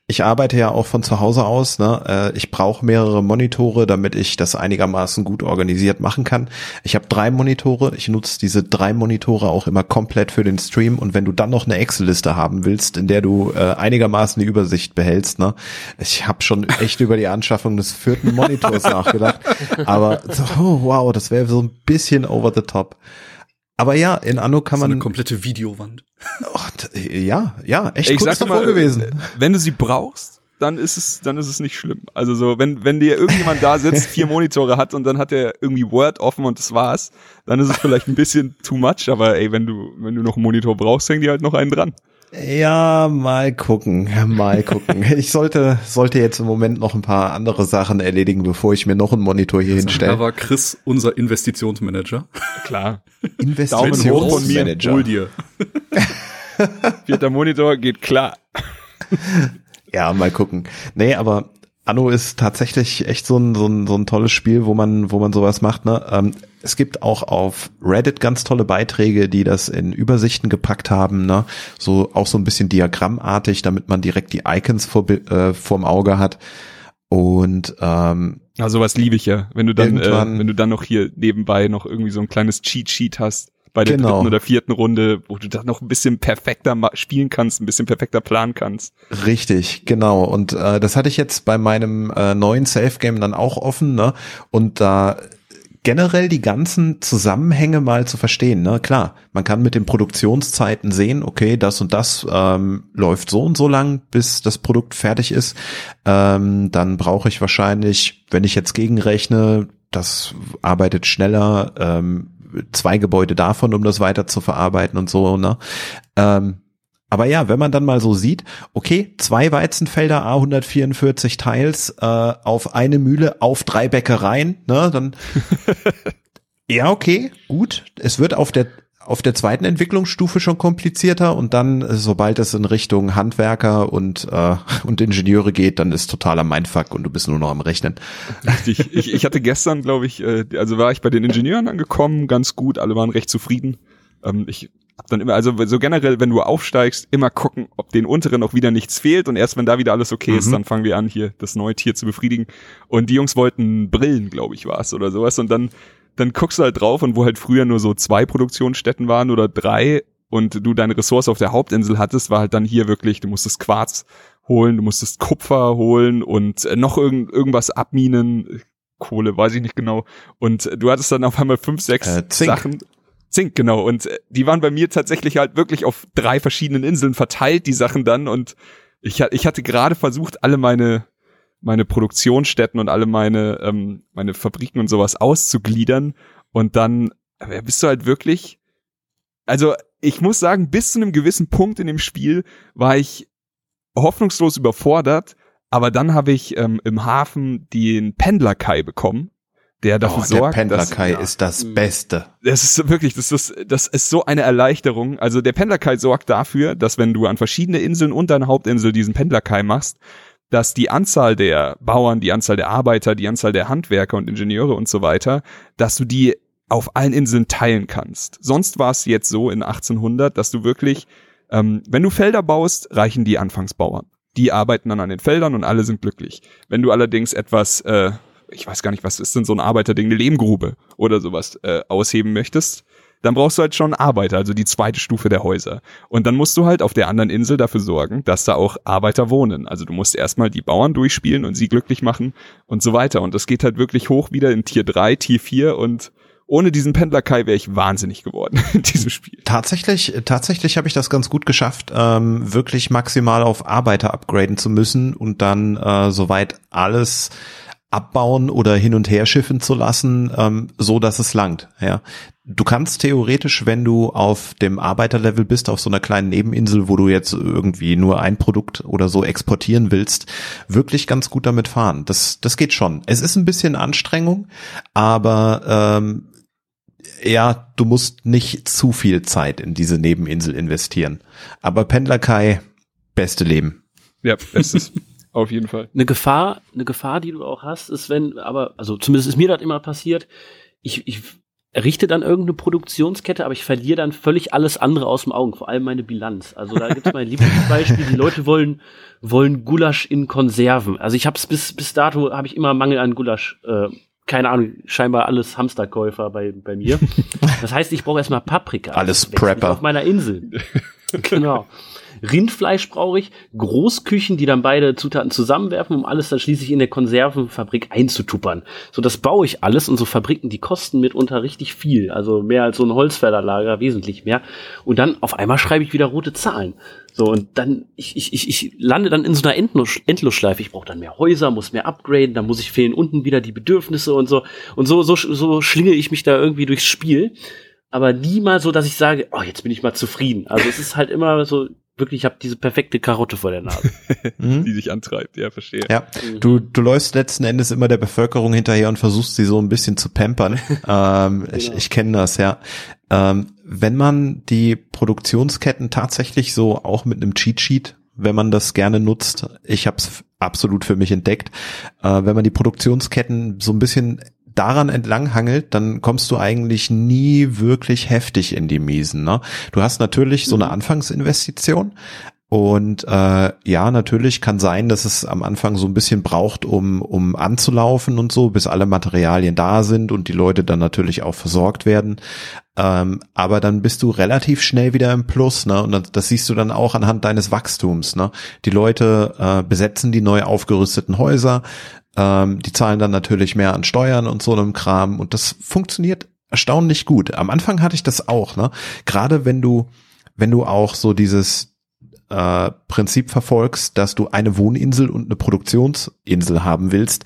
Ich arbeite ja auch von zu Hause aus, ne? Ich brauche mehrere Monitore, damit ich das einigermaßen gut organisiert machen kann. Ich habe 3 Monitore, ich nutze diese 3 Monitore auch immer komplett für den Stream, und wenn du dann noch eine Excel-Liste haben willst, in der du einigermaßen die Übersicht behältst, ne? Ich habe schon echt über die Anschaffung des 4. Monitors nachgedacht, aber oh, wow, das wäre so ein bisschen over the top. Aber ja, in Anno kann man... eine komplette Videowand. Oh, ja, echt Ich kurz sag davor mal, gewesen. Wenn du sie brauchst, dann ist es nicht schlimm. Also so, wenn dir irgendjemand da sitzt, 4 Monitore hat und dann hat er irgendwie Word offen und das war's, dann ist es vielleicht ein bisschen too much, aber ey, wenn du noch einen Monitor brauchst, häng dir halt noch einen dran. Ja, mal gucken. Ich sollte jetzt im Moment noch ein paar andere Sachen erledigen, bevor ich mir noch einen Monitor hier hinstelle. Da war Chris unser Investitionsmanager. Klar. Investitionsmanager. Hol dir. 4. Monitor geht klar. Ja, mal gucken. Nee, aber Anno ist tatsächlich echt so ein tolles Spiel, wo man sowas macht, ne? Es gibt auch auf Reddit ganz tolle Beiträge, die das in Übersichten gepackt haben, ne? Auch so ein bisschen diagrammartig, damit man direkt die Icons vorm Auge hat. Und sowas liebe ich ja, wenn du dann noch hier nebenbei noch irgendwie so ein kleines Cheat-Sheet hast bei der 3. oder 4. Runde, wo du dann noch ein bisschen perfekter spielen kannst, ein bisschen perfekter planen kannst. Richtig, genau. Und das hatte ich jetzt bei meinem neuen Safe-Game dann auch offen, ne? Und da generell die ganzen Zusammenhänge mal zu verstehen, ne? Klar, man kann mit den Produktionszeiten sehen, okay, das und das läuft so und so lang, bis das Produkt fertig ist. Dann brauche ich wahrscheinlich, wenn ich jetzt gegenrechne, das arbeitet schneller, 2 Gebäude davon, um das weiter zu verarbeiten und so, ne? Aber ja, wenn man dann mal so sieht, okay, 2 Weizenfelder, A144 Teils auf eine Mühle, auf 3 Bäckereien, ne, dann ja, okay, gut. Es wird auf der 2. Entwicklungsstufe schon komplizierter, und dann, sobald es in Richtung Handwerker und Ingenieure geht, dann ist totaler Mindfuck und du bist nur noch am Rechnen. Richtig. Ich hatte gestern, glaube ich, also war ich bei den Ingenieuren angekommen, ganz gut, alle waren recht zufrieden. Ich hab dann immer, also so generell, wenn du aufsteigst, immer gucken, ob den unteren auch wieder nichts fehlt, und erst wenn da wieder alles okay ist, dann fangen wir an, hier das neue Tier zu befriedigen. Und die Jungs wollten Brillen, glaube ich, war es oder sowas, und dann guckst du halt drauf, und wo halt früher nur so 2 Produktionsstätten waren oder 3 und du deine Ressource auf der Hauptinsel hattest, war halt dann hier wirklich, du musstest Quarz holen, du musstest Kupfer holen und noch irgendwas abminen, Kohle, weiß ich nicht genau, und du hattest dann auf einmal 5, 6 Sachen. Zink, genau, und die waren bei mir tatsächlich halt wirklich auf 3 verschiedenen Inseln verteilt, die Sachen dann, und ich hatte gerade versucht, alle meine Produktionsstätten und alle meine Fabriken und sowas auszugliedern, und dann bist du halt wirklich, also ich muss sagen, bis zu einem gewissen Punkt in dem Spiel war ich hoffnungslos überfordert, aber dann habe ich im Hafen den Pendlerkai bekommen, der dafür sorgt, der Pendlerkai ist das Beste. Das ist wirklich, das ist so eine Erleichterung. Also der Pendlerkai sorgt dafür, dass wenn du an verschiedene Inseln und deine Hauptinsel diesen Pendlerkai machst, dass die Anzahl der Bauern, die Anzahl der Arbeiter, die Anzahl der Handwerker und Ingenieure und so weiter, dass du die auf allen Inseln teilen kannst. Sonst war es jetzt so in 1800, dass du wirklich, wenn du Felder baust, reichen die Anfangsbauern. Die arbeiten dann an den Feldern und alle sind glücklich. Wenn du allerdings etwas, ich weiß gar nicht, was ist denn so ein Arbeiterding, eine Lehmgrube oder sowas ausheben möchtest, dann brauchst du halt schon Arbeiter, also die 2. Stufe der Häuser. Und dann musst du halt auf der anderen Insel dafür sorgen, dass da auch Arbeiter wohnen. Also du musst erstmal die Bauern durchspielen und sie glücklich machen und so weiter. Und das geht halt wirklich hoch wieder in Tier 3, Tier 4, und ohne diesen Pendlerkai wäre ich wahnsinnig geworden in diesem Spiel. Tatsächlich habe ich das ganz gut geschafft, wirklich maximal auf Arbeiter upgraden zu müssen und dann soweit alles abbauen oder hin und her schiffen zu lassen, so dass es langt. Ja, du kannst theoretisch, wenn du auf dem Arbeiterlevel bist, auf so einer kleinen Nebeninsel, wo du jetzt irgendwie nur ein Produkt oder so exportieren willst, wirklich ganz gut damit fahren. Das geht schon. Es ist ein bisschen Anstrengung, aber ja, du musst nicht zu viel Zeit in diese Nebeninsel investieren. Aber Pendlerkai, beste Leben. Ja, bestes. Auf jeden Fall. Eine Gefahr, die du auch hast, ist, also zumindest ist mir das immer passiert, ich errichte dann irgendeine Produktionskette, aber ich verliere dann völlig alles andere aus dem Augen, vor allem meine Bilanz. Also da gibt's mein Lieblingsbeispiel, die Leute wollen Gulasch in Konserven. Also ich hab's bis dato habe ich immer Mangel an Gulasch. Keine Ahnung, scheinbar alles Hamsterkäufer bei mir. Das heißt, ich brauche erstmal Paprika. Alles Prepper. Auf meiner Insel. Genau. Rindfleisch brauche ich, Großküchen, die dann beide Zutaten zusammenwerfen, um alles dann schließlich in der Konservenfabrik einzutuppern. So, das baue ich alles und so Fabriken, die kosten mitunter richtig viel, also mehr als so ein Holzfällerlager, wesentlich mehr. Und dann auf einmal schreibe ich wieder rote Zahlen. So, und dann, ich lande dann in so einer Endlosschleife. Ich brauche dann mehr Häuser, muss mehr upgraden, dann fehlen unten wieder die Bedürfnisse und so. Und so schlinge ich mich da irgendwie durchs Spiel. Aber nie mal so, dass ich sage, oh, jetzt bin ich mal zufrieden. Also es ist halt immer so, wirklich, ich habe diese perfekte Karotte vor der Nase. Die sich antreibt, ja, verstehe. Ja, du läufst letzten Endes immer der Bevölkerung hinterher und versuchst sie so ein bisschen zu pampern. Genau. Ich kenne das, ja. Wenn man die Produktionsketten tatsächlich so auch mit einem Cheatsheet, wenn man das gerne nutzt, ich habe es absolut für mich entdeckt, wenn man die Produktionsketten so ein bisschen daran entlang hangelt, dann kommst du eigentlich nie wirklich heftig in die Miesen. Ne? Du hast natürlich so eine Anfangsinvestition und ja, natürlich kann sein, dass es am Anfang so ein bisschen braucht, um anzulaufen und so, bis alle Materialien da sind und die Leute dann natürlich auch versorgt werden. Aber dann bist du relativ schnell wieder im Plus, ne? Und das siehst du dann auch anhand deines Wachstums, ne? Die Leute besetzen die neu aufgerüsteten Häuser, die zahlen dann natürlich mehr an Steuern und so einem Kram und das funktioniert erstaunlich gut. Am Anfang hatte ich das auch, ne? Gerade wenn du auch so dieses Prinzip verfolgst, dass du eine Wohninsel und eine Produktionsinsel haben willst,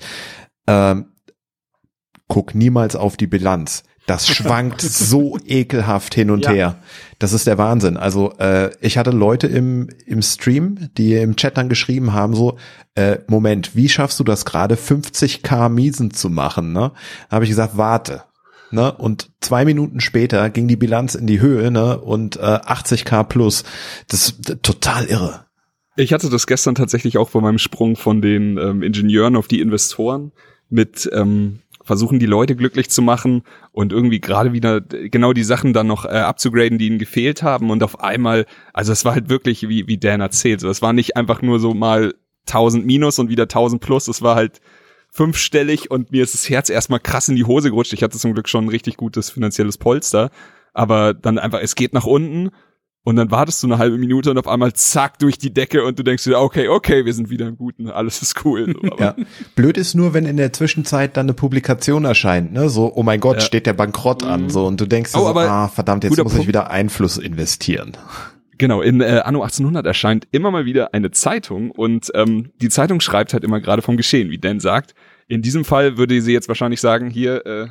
guck niemals auf die Bilanz. Das schwankt so ekelhaft hin und her. Das ist der Wahnsinn. Also ich hatte Leute im Stream, die im Chat dann geschrieben haben so, Moment, wie schaffst du das gerade 50.000 Miesen zu machen? Ne? Da habe ich gesagt, warte. Ne? Und 2 Minuten später ging die Bilanz in die Höhe, ne? Und 80.000 plus. Das ist total irre. Ich hatte das gestern tatsächlich auch bei meinem Sprung von den Ingenieuren auf die Investoren mit versuchen, die Leute glücklich zu machen und irgendwie gerade wieder genau die Sachen dann noch abzugraden, die ihnen gefehlt haben. Und auf einmal, also es war halt wirklich, wie Dan erzählt, so, es war nicht einfach nur so mal 1000 minus und wieder 1000 plus, es war halt 5-stellig und mir ist das Herz erstmal krass in die Hose gerutscht. Ich hatte zum Glück schon ein richtig gutes finanzielles Polster, aber dann einfach, es geht nach unten und dann wartest du eine halbe Minute und auf einmal zack durch die Decke und du denkst dir, okay, wir sind wieder im Guten, alles ist cool. So, ja. Blöd ist nur, wenn in der Zwischenzeit dann eine Publikation erscheint, ne, so, oh mein Gott, steht der Bankrott an, so, und du denkst dir so, verdammt, jetzt muss ich wieder Einfluss investieren. Genau, in Anno 1800 erscheint immer mal wieder eine Zeitung und die Zeitung schreibt halt immer gerade vom Geschehen, wie Dan sagt. In diesem Fall würde sie jetzt wahrscheinlich sagen, hier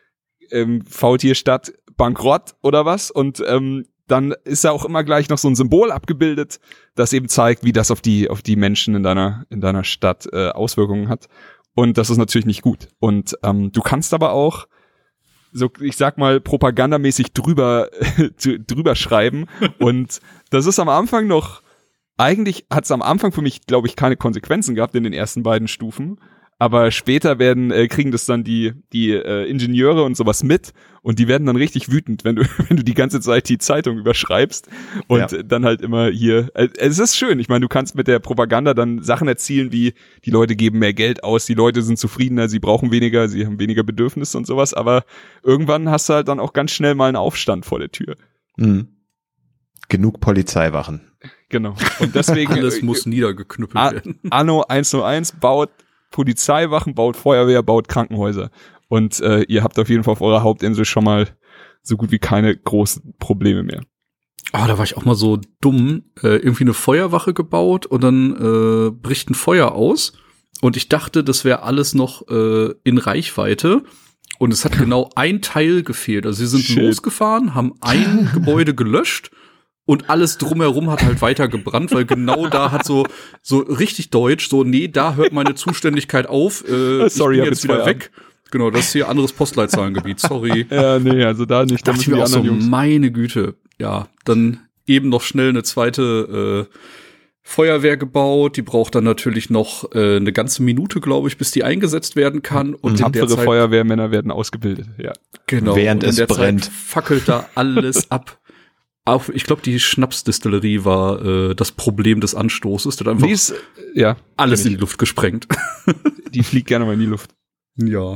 Faultierstadt Bankrott oder was und dann ist da auch immer gleich noch so ein Symbol abgebildet, das eben zeigt, wie das auf die Menschen in deiner Stadt Auswirkungen hat. Und das ist natürlich nicht gut. Und du kannst aber auch so, ich sag mal, propagandamäßig drüber schreiben. Und das ist am Anfang noch, eigentlich hat es am Anfang für mich, glaube ich, keine Konsequenzen gehabt in den ersten beiden Stufen. Aber später kriegen das dann die Ingenieure und sowas mit und die werden dann richtig wütend, wenn du die ganze Zeit die Zeitung überschreibst und dann halt immer hier, es ist schön, ich meine, du kannst mit der Propaganda dann Sachen erzielen wie, die Leute geben mehr Geld aus, die Leute sind zufriedener, sie brauchen weniger, sie haben weniger Bedürfnisse und sowas, aber irgendwann hast du halt dann auch ganz schnell mal einen Aufstand vor der Tür. Mhm. Genug Polizeiwachen. Genau. Und deswegen alles muss niedergeknüppelt werden. Anno 101 baut Polizeiwachen, baut Feuerwehr, baut Krankenhäuser. Und ihr habt auf jeden Fall auf eurer Hauptinsel schon mal so gut wie keine großen Probleme mehr. Ah, da war ich auch mal so dumm, irgendwie eine Feuerwache gebaut und dann bricht ein Feuer aus und ich dachte, das wäre alles noch in Reichweite und es hat genau ein Teil gefehlt. Also sie sind losgefahren, haben ein Gebäude gelöscht und alles drumherum hat halt weiter gebrannt, weil genau da hat so richtig deutsch, so, nee, da hört meine Zuständigkeit auf, sorry, ich bin jetzt wieder weg. Genau, das ist hier anderes Postleitzahlengebiet, sorry. Ja, nee, also da nicht. Dachte ich mir auch so, meine Güte. Ja, dann eben noch schnell eine zweite Feuerwehr gebaut, die braucht dann natürlich noch eine ganze Minute, glaube ich, bis die eingesetzt werden kann. Und tapfere Feuerwehrmänner werden ausgebildet, ja. Genau. Während es brennt. Zeit fackelt da alles ab. Auch, ich glaube, die Schnapsdistillerie war das Problem des Anstoßes. Da hat einfach alles in die Luft gesprengt. Die fliegt gerne mal in die Luft. Ja.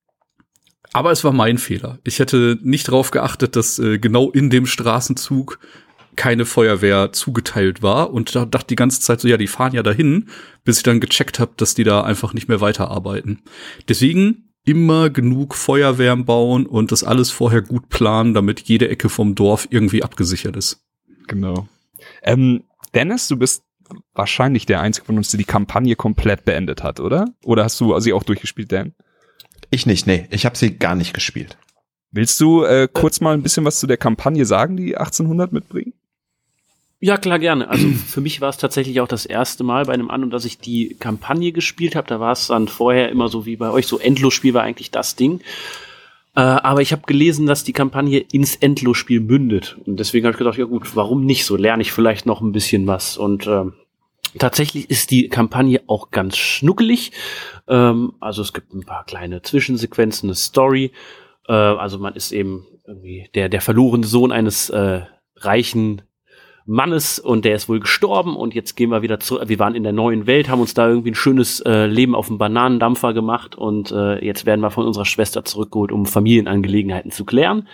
Aber es war mein Fehler. Ich hätte nicht darauf geachtet, dass genau in dem Straßenzug keine Feuerwehr zugeteilt war. Und da dachte die ganze Zeit so, ja, die fahren ja dahin, bis ich dann gecheckt habe, dass die da einfach nicht mehr weiterarbeiten. Deswegen immer genug Feuerwehren bauen und das alles vorher gut planen, damit jede Ecke vom Dorf irgendwie abgesichert ist. Genau. Dennis, du bist wahrscheinlich der Einzige von uns, der die Kampagne komplett beendet hat, oder? Oder hast du sie auch durchgespielt, Dan? Ich nicht, nee. Ich habe sie gar nicht gespielt. Willst du kurz mal ein bisschen was zu der Kampagne sagen, die 1800 mitbringen? Ja, klar, gerne. Also für mich war es tatsächlich auch das erste Mal bei einem Anno, dass ich die Kampagne gespielt habe. Da war es dann vorher immer so wie bei euch, so Endlosspiel war eigentlich das Ding. Aber ich habe gelesen, dass die Kampagne ins Endlosspiel mündet. Und deswegen habe ich gedacht, ja gut, warum nicht? So lerne ich vielleicht noch ein bisschen was. Und tatsächlich ist die Kampagne auch ganz schnuckelig. Also es gibt ein paar kleine Zwischensequenzen, eine Story. Also man ist eben irgendwie der verlorene Sohn eines reichen Mannes und der ist wohl gestorben und jetzt gehen wir wieder zurück. Wir waren in der neuen Welt, haben uns da irgendwie ein schönes Leben auf dem Bananendampfer gemacht und jetzt werden wir von unserer Schwester zurückgeholt, um Familienangelegenheiten zu klären.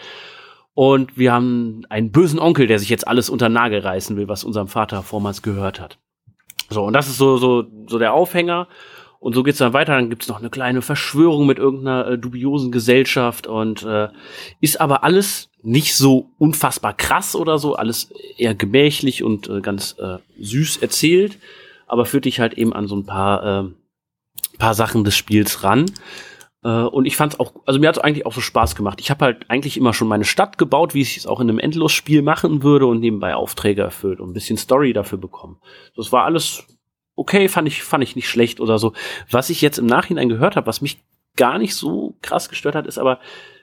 Und wir haben einen bösen Onkel, der sich jetzt alles unter den Nagel reißen will, was unserem Vater vormals gehört hat. So, und das ist so der Aufhänger. Und so geht's dann weiter, dann gibt's noch eine kleine Verschwörung mit irgendeiner dubiosen Gesellschaft und ist aber alles nicht so unfassbar krass oder so, alles eher gemächlich und ganz süß erzählt, aber führt dich halt eben an so ein paar Sachen des Spiels ran. Und ich fand's auch, also mir hat's eigentlich auch so Spaß gemacht. Ich habe halt eigentlich immer schon meine Stadt gebaut, wie ich es auch in einem Endlosspiel machen würde und nebenbei Aufträge erfüllt und ein bisschen Story dafür bekommen. Das war alles okay, fand ich nicht schlecht oder so. Was ich jetzt im Nachhinein gehört habe, was mich gar nicht so krass gestört hat, ist aber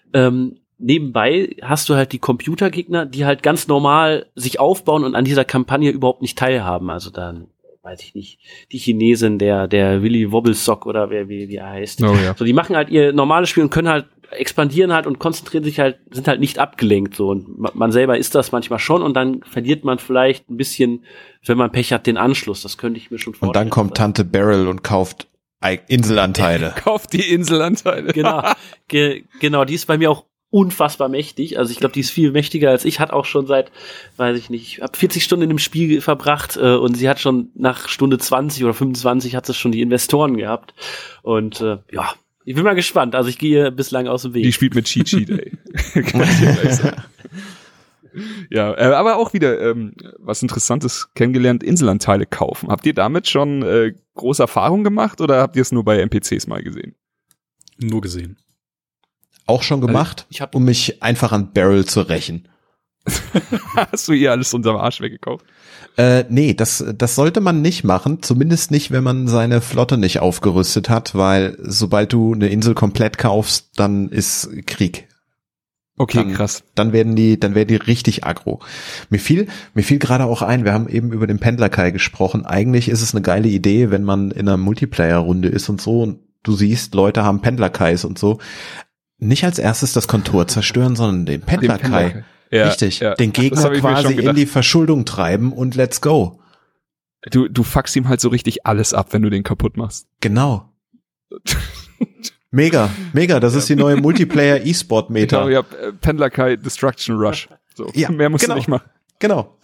nebenbei hast du halt die Computergegner, die halt ganz normal sich aufbauen und an dieser Kampagne überhaupt nicht teilhaben. Also dann, weiß ich nicht, die Chinesin, der Willy Wobblesock oder wie er heißt. Oh, ja. So, die machen halt ihr normales Spiel und können halt expandieren halt und konzentrieren sich halt, sind halt nicht abgelenkt so und man selber ist das manchmal schon und dann verliert man vielleicht ein bisschen, wenn man Pech hat, den Anschluss. Das könnte ich mir schon vorstellen. Und dann kommt Tante Beryl und kauft Inselanteile. Kauft die Inselanteile. Genau, genau, die ist bei mir auch unfassbar mächtig. Also ich glaube, die ist viel mächtiger als ich. Hat auch schon seit, weiß ich nicht, ich habe 40 Stunden in dem Spiel verbracht und sie hat schon nach Stunde 20 oder 25 hat sie schon die Investoren gehabt. Und ja, ich bin mal gespannt. Also ich gehe bislang aus dem Weg. Die spielt mit Cheat Sheet, ey. Kann ich dir gleich sagen. Ja, aber auch wieder was Interessantes kennengelernt, Inselanteile kaufen. Habt ihr damit schon große Erfahrung gemacht oder habt ihr es nur bei NPCs mal gesehen? Nur gesehen. Auch schon gemacht, um mich einfach an Beryl zu rächen. Hast du ihr alles unterm Arsch weggekauft? Nee, das sollte man nicht machen, zumindest nicht, wenn man seine Flotte nicht aufgerüstet hat, weil sobald du eine Insel komplett kaufst, dann ist Krieg. Okay, krass. Dann werden die richtig aggro. Mir fiel gerade auch ein, wir haben eben über den Pendlerkai gesprochen. Eigentlich ist es eine geile Idee, wenn man in einer Multiplayer-Runde ist und so und du siehst, Leute haben Pendlerkais und so. Nicht als erstes das Kontor zerstören, sondern den Pendlerkai. Ja, richtig. Ja. Den Gegner quasi in die Verschuldung treiben und let's go. Du fuckst ihm halt so richtig alles ab, wenn du den kaputt machst. Genau. Mega. Das ist die neue Multiplayer-E-Sport-Meta. Genau, ja, Pendlerkai Destruction Rush. So, ja, mehr musst du nicht machen. Genau.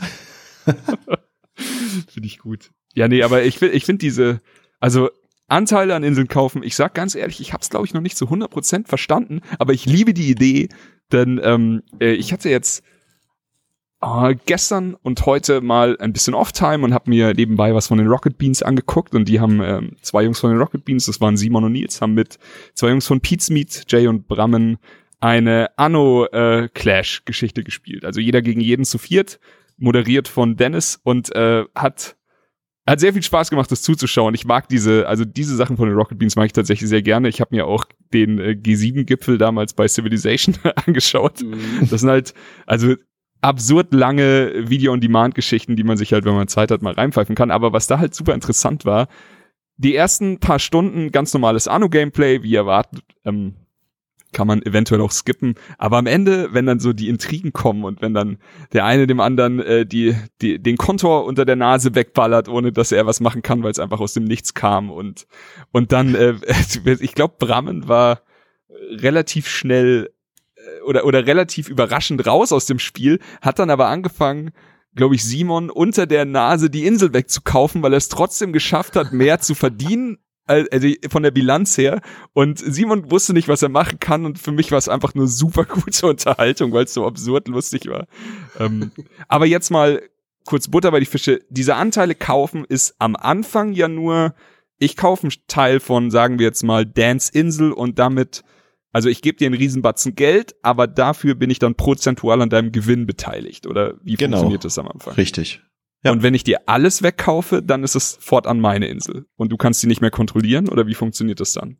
Finde ich gut. Ja, nee, aber ich finde diese, also Anteile an Inseln kaufen, ich sag ganz ehrlich, ich hab's glaube ich noch nicht zu 100% verstanden, aber ich liebe die Idee, denn ich hatte jetzt gestern und heute mal ein bisschen Off-Time und habe mir nebenbei was von den Rocket Beans angeguckt und die haben zwei Jungs von den Rocket Beans, das waren Simon und Nils, haben mit zwei Jungs von Pete's Meat, Jay und Brammen, eine Anno-Clash-Geschichte gespielt. Also jeder gegen jeden zu viert, moderiert von Dennis und hat sehr viel Spaß gemacht, das zuzuschauen. Ich mag diese Sachen von den Rocket Beans mag ich tatsächlich sehr gerne. Ich habe mir auch den G7-Gipfel damals bei Civilization angeschaut. Das sind halt, also absurd lange Video-on-Demand-Geschichten, die man sich halt, wenn man Zeit hat, mal reinpfeifen kann. Aber was da halt super interessant war, die ersten paar Stunden ganz normales Anno-Gameplay, wie erwartet, kann man eventuell auch skippen. Aber am Ende, wenn dann so die Intrigen kommen und wenn dann der eine dem anderen den Kontor unter der Nase wegballert, ohne dass er was machen kann, weil es einfach aus dem Nichts kam. Und dann, ich glaube, Brammen war relativ schnell oder relativ überraschend raus aus dem Spiel, hat dann aber angefangen, glaube ich, Simon unter der Nase die Insel wegzukaufen, weil er es trotzdem geschafft hat, mehr zu verdienen, also von der Bilanz her. Und Simon wusste nicht, was er machen kann, und für mich war es einfach nur super gute Unterhaltung, weil es so absurd lustig war. Aber jetzt mal kurz Butter bei die Fische. Diese Anteile kaufen ist am Anfang ja nur, ich kaufe einen Teil von, sagen wir jetzt mal, Dans Insel, und damit, also ich gebe dir einen Riesenbatzen Geld, aber dafür bin ich dann prozentual an deinem Gewinn beteiligt. Oder wie funktioniert das am Anfang? Richtig. Ja. Und wenn ich dir alles wegkaufe, dann ist es fortan meine Insel. Und du kannst sie nicht mehr kontrollieren, oder wie funktioniert das dann?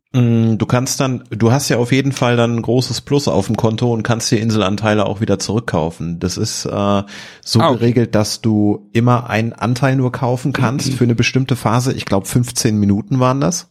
Du hast ja auf jeden Fall dann ein großes Plus auf dem Konto und kannst dir Inselanteile auch wieder zurückkaufen. Das ist geregelt, dass du immer einen Anteil nur kaufen kannst für eine bestimmte Phase. Ich glaube 15 Minuten waren das.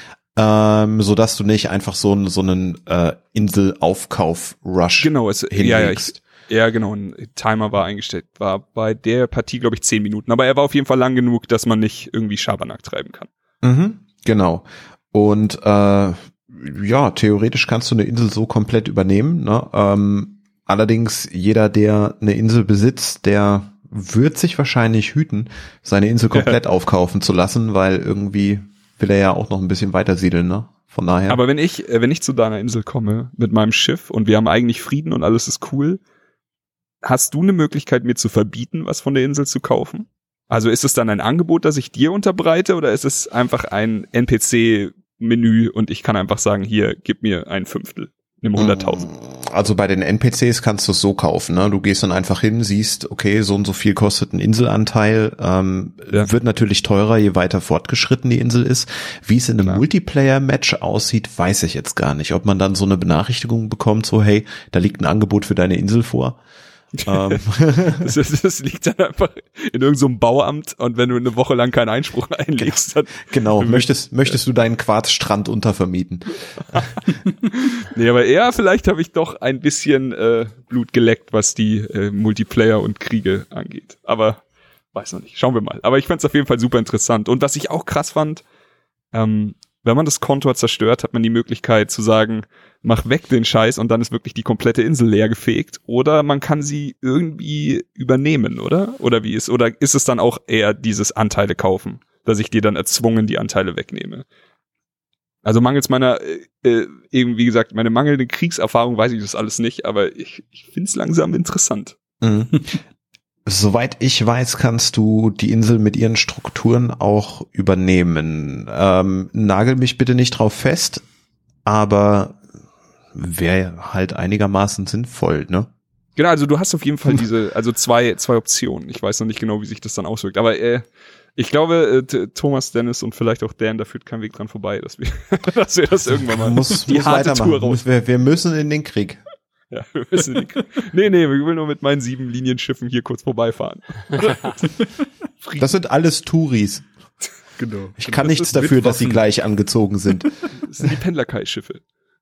So dass du nicht einfach so einen Inselaufkauf-Rush hinlegst. Ja, genau, ein Timer war eingestellt. War bei der Partie, glaube ich, 10 Minuten. Aber er war auf jeden Fall lang genug, dass man nicht irgendwie Schabernack treiben kann. Genau. Und theoretisch kannst du eine Insel so komplett übernehmen. Ne? Allerdings, jeder, der eine Insel besitzt, der wird sich wahrscheinlich hüten, seine Insel komplett aufkaufen zu lassen, weil irgendwie will er ja auch noch ein bisschen weiter siedeln, ne? Von daher. Aber wenn ich zu deiner Insel komme mit meinem Schiff und wir haben eigentlich Frieden und alles ist cool, hast du eine Möglichkeit, mir zu verbieten, was von der Insel zu kaufen? Also ist es dann ein Angebot, das ich dir unterbreite, oder ist es einfach ein NPC-Menü und ich kann einfach sagen, hier, gib mir ein Fünftel, nimm 100.000. Also bei den NPCs kannst du es so kaufen, ne? Du gehst dann einfach hin, siehst, okay, so und so viel kostet ein Inselanteil, wird natürlich teurer, je weiter fortgeschritten die Insel ist. Wie es in einem Multiplayer-Match aussieht, weiß ich jetzt gar nicht. Ob man dann so eine Benachrichtigung bekommt, so hey, da liegt ein Angebot für deine Insel vor. Das liegt dann einfach in irgendeinem so Bauamt, und wenn du eine Woche lang keinen Einspruch einlegst, dann genau, möchtest du deinen Quarzstrand untervermieten? Nee, aber eher vielleicht habe ich doch ein bisschen Blut geleckt, was die Multiplayer und Kriege angeht. Aber weiß noch nicht, schauen wir mal. Aber ich fand's auf jeden Fall super interessant. Und was ich auch krass fand, wenn man das Kontor zerstört, hat man die Möglichkeit zu sagen, mach weg den Scheiß, und dann ist wirklich die komplette Insel leer gefegt. Oder man kann sie irgendwie übernehmen, oder? Oder ist es dann auch eher dieses Anteile kaufen, dass ich dir dann erzwungen die Anteile wegnehme? Also mangels meiner, eben wie gesagt, meine mangelnde Kriegserfahrung weiß ich das alles nicht, aber ich find's langsam interessant. Soweit ich weiß, kannst du die Insel mit ihren Strukturen auch übernehmen. Nagel mich bitte nicht drauf fest, aber wäre halt einigermaßen sinnvoll, ne? Genau, also du hast auf jeden Fall zwei Optionen. Ich weiß noch nicht genau, wie sich das dann auswirkt, aber ich glaube, Thomas, Dennis und vielleicht auch Dan, da führt kein Weg dran vorbei, dass wir das irgendwann mal muss weitermachen. Wir müssen in den Krieg. Ja, wir müssen in den Krieg. Nee, wir will nur mit meinen 7 Linienschiffen hier kurz vorbeifahren. Das sind alles Touris. Genau. Ich kann nichts dafür, dass sie gleich angezogen sind. Das sind die Pendlerkai-Schiffe.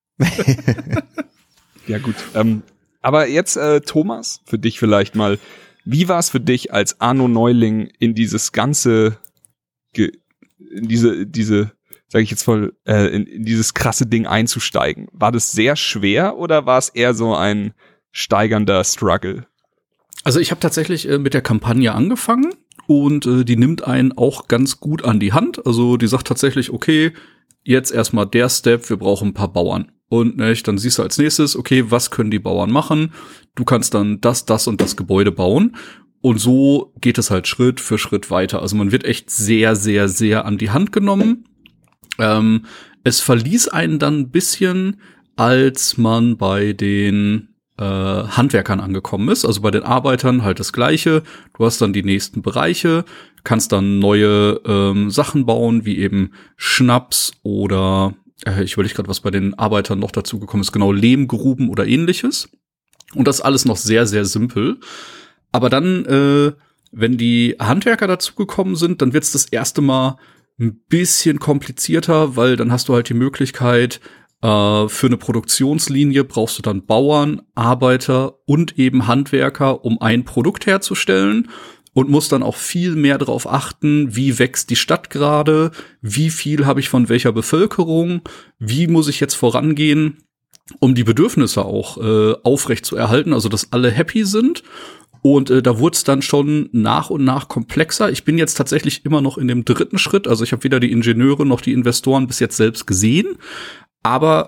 Ja, gut. Aber jetzt, Thomas, für dich vielleicht mal, wie war es für dich als Anno-Neuling in dieses ganze, in diese sage ich jetzt voll, in dieses krasse Ding einzusteigen? War das sehr schwer oder war es eher so ein steigernder Struggle? Also ich habe tatsächlich mit der Kampagne angefangen und die nimmt einen auch ganz gut an die Hand. Also die sagt tatsächlich, okay, jetzt erstmal der Step, wir brauchen ein paar Bauern. Und dann siehst du als nächstes, okay, was können die Bauern machen? Du kannst dann das und das Gebäude bauen. Und so geht es halt Schritt für Schritt weiter. Also man wird echt sehr, sehr, sehr an die Hand genommen. Es verließ einen dann ein bisschen, als man bei den Handwerkern angekommen ist. Also bei den Arbeitern halt das Gleiche. Du hast dann die nächsten Bereiche, kannst dann neue Sachen bauen, wie eben Schnaps oder ich überlege gerade, was bei den Arbeitern noch dazu gekommen ist, genau, Lehmgruben oder ähnliches. Und das alles noch sehr, sehr simpel. Aber dann, wenn die Handwerker dazugekommen sind, dann wird's das erste Mal ein bisschen komplizierter, weil dann hast du halt die Möglichkeit, für eine Produktionslinie brauchst du dann Bauern, Arbeiter und eben Handwerker, um ein Produkt herzustellen. Und muss dann auch viel mehr darauf achten, wie wächst die Stadt gerade, wie viel habe ich von welcher Bevölkerung, wie muss ich jetzt vorangehen, um die Bedürfnisse auch aufrecht zu erhalten, also dass alle happy sind. Und da wurde es dann schon nach und nach komplexer. Ich bin jetzt tatsächlich immer noch in dem 3. Schritt, also ich habe weder die Ingenieure noch die Investoren bis jetzt selbst gesehen, aber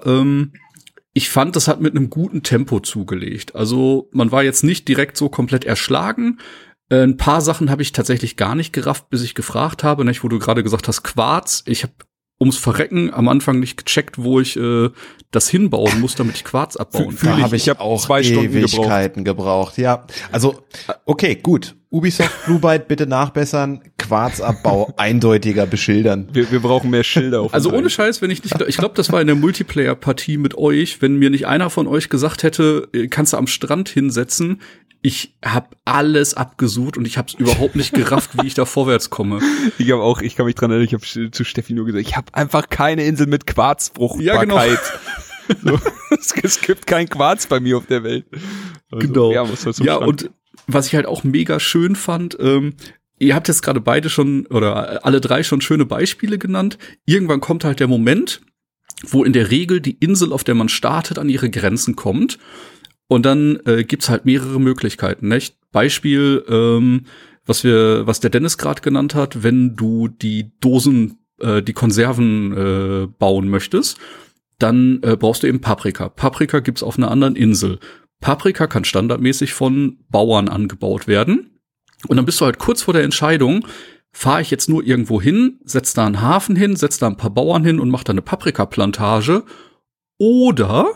ich fand, das hat mit einem guten Tempo zugelegt. Also man war jetzt nicht direkt so komplett erschlagen. Ein paar Sachen habe ich tatsächlich gar nicht gerafft, bis ich gefragt habe, nicht, wo du gerade gesagt hast, Quarz. Ich habe ums Verrecken am Anfang nicht gecheckt, wo ich das hinbauen muss, damit ich Quarz abbauen kann. Da habe ich auch 2 Stunden Ewigkeiten gebraucht. Ja, also okay, gut. Ubisoft Blue Byte bitte nachbessern. Quarzabbau eindeutiger beschildern. Wir brauchen mehr Schilder auf. Also ohne Scheiß, wenn ich glaube, das war in der Multiplayer-Partie mit euch, wenn mir nicht einer von euch gesagt hätte, kannst du am Strand hinsetzen. Ich habe alles abgesucht und ich habe es überhaupt nicht gerafft, wie ich da vorwärts komme. Ich kann mich dran erinnern, ich habe zu Steffi nur gesagt, ich habe einfach keine Insel mit Quarzfruchtbarkeit. Ja, genau. So, es gibt kein Quarz bei mir auf der Welt. Also, genau. Ja, und was ich halt auch mega schön fand, ihr habt jetzt gerade beide schon oder alle 3 schon schöne Beispiele genannt. Irgendwann kommt halt der Moment, wo in der Regel die Insel, auf der man startet, an ihre Grenzen kommt. Und dann gibt's halt mehrere Möglichkeiten, nicht? Beispiel, was der Dennis gerade genannt hat, wenn du die Dosen, die Konserven bauen möchtest, dann brauchst du eben Paprika. Paprika gibt's auf einer anderen Insel. Paprika kann standardmäßig von Bauern angebaut werden. Und dann bist du halt kurz vor der Entscheidung, fahre ich jetzt nur irgendwo hin, setz da einen Hafen hin, setz da ein paar Bauern hin und mach da eine Paprikaplantage, oder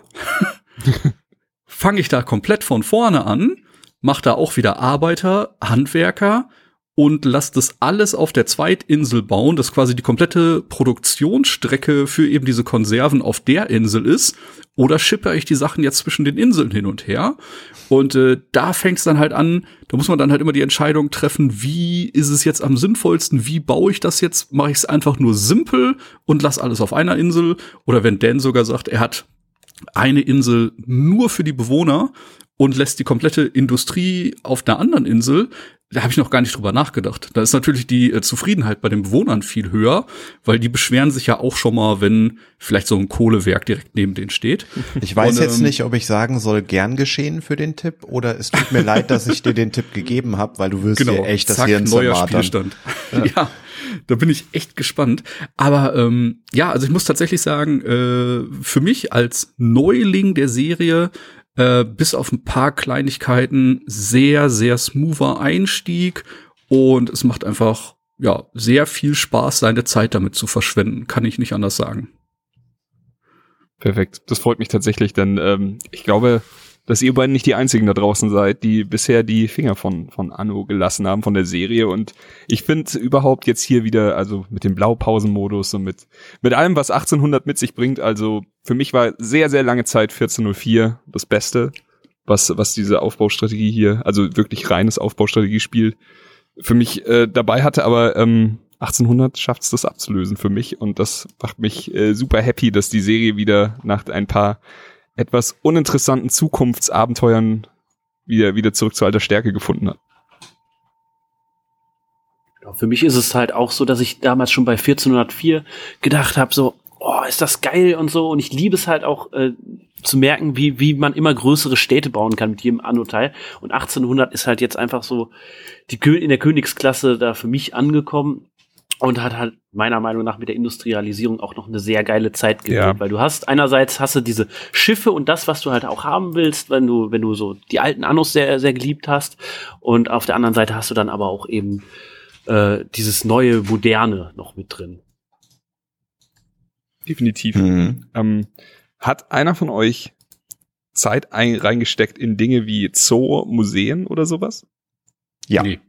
fange ich da komplett von vorne an, mache da auch wieder Arbeiter, Handwerker und lasse das alles auf der Zweitinsel bauen, dass quasi die komplette Produktionsstrecke für eben diese Konserven auf der Insel ist, oder schippe ich die Sachen jetzt zwischen den Inseln hin und her. Und da fängt es dann halt an, da muss man dann halt immer die Entscheidung treffen, wie ist es jetzt am sinnvollsten, wie baue ich das jetzt, mache ich es einfach nur simpel und lasse alles auf einer Insel, oder wenn Dan sogar sagt, er hat eine Insel nur für die Bewohner und lässt die komplette Industrie auf einer anderen Insel, da habe ich noch gar nicht drüber nachgedacht. Da ist natürlich die Zufriedenheit bei den Bewohnern viel höher, weil die beschweren sich ja auch schon mal, wenn vielleicht so ein Kohlewerk direkt neben denen steht. Ich weiß jetzt nicht, ob ich sagen soll, gern geschehen für den Tipp, oder es tut mir leid, dass ich dir den Tipp gegeben habe, weil du wirst dir echt das Hirn zermartern. Ja, da bin ich echt gespannt. Aber ja, also ich muss tatsächlich sagen, für mich als Neuling der Serie, bis auf ein paar Kleinigkeiten, sehr, sehr smoother Einstieg, und es macht einfach ja sehr viel Spaß, seine Zeit damit zu verschwenden. Kann ich nicht anders sagen. Perfekt. Das freut mich tatsächlich, denn ich glaube, dass ihr beiden nicht die einzigen da draußen seid, die bisher die Finger von Anno gelassen haben, von der Serie. Und ich finde überhaupt jetzt hier wieder, also mit dem Blaupausenmodus und mit allem, was 1800 mit sich bringt, also für mich war sehr, sehr lange Zeit 1404 das Beste, was diese Aufbaustrategie hier, also wirklich reines Aufbaustrategiespiel für mich dabei hatte, aber 1800 schafft es das abzulösen für mich, und das macht mich super happy, dass die Serie wieder nach ein paar etwas uninteressanten Zukunftsabenteuern wieder zurück zu alter Stärke gefunden hat. Für mich ist es halt auch so, dass ich damals schon bei 1404 gedacht habe, so, oh, ist das geil und so. Und ich liebe es halt auch zu merken, wie man immer größere Städte bauen kann mit jedem Anno-Teil. Und 1800 ist halt jetzt einfach so in der Königsklasse da für mich angekommen und hat halt meiner Meinung nach mit der Industrialisierung auch noch eine sehr geile Zeit gelebt. Ja. Weil du einerseits hast du diese Schiffe und das, was du halt auch haben willst, wenn du so die alten Annos sehr, sehr geliebt hast. Und auf der anderen Seite hast du dann aber auch eben dieses neue, moderne noch mit drin. Definitiv. Hat einer von euch Zeit reingesteckt in Dinge wie Zoo, Museen oder sowas? Ja. Nee.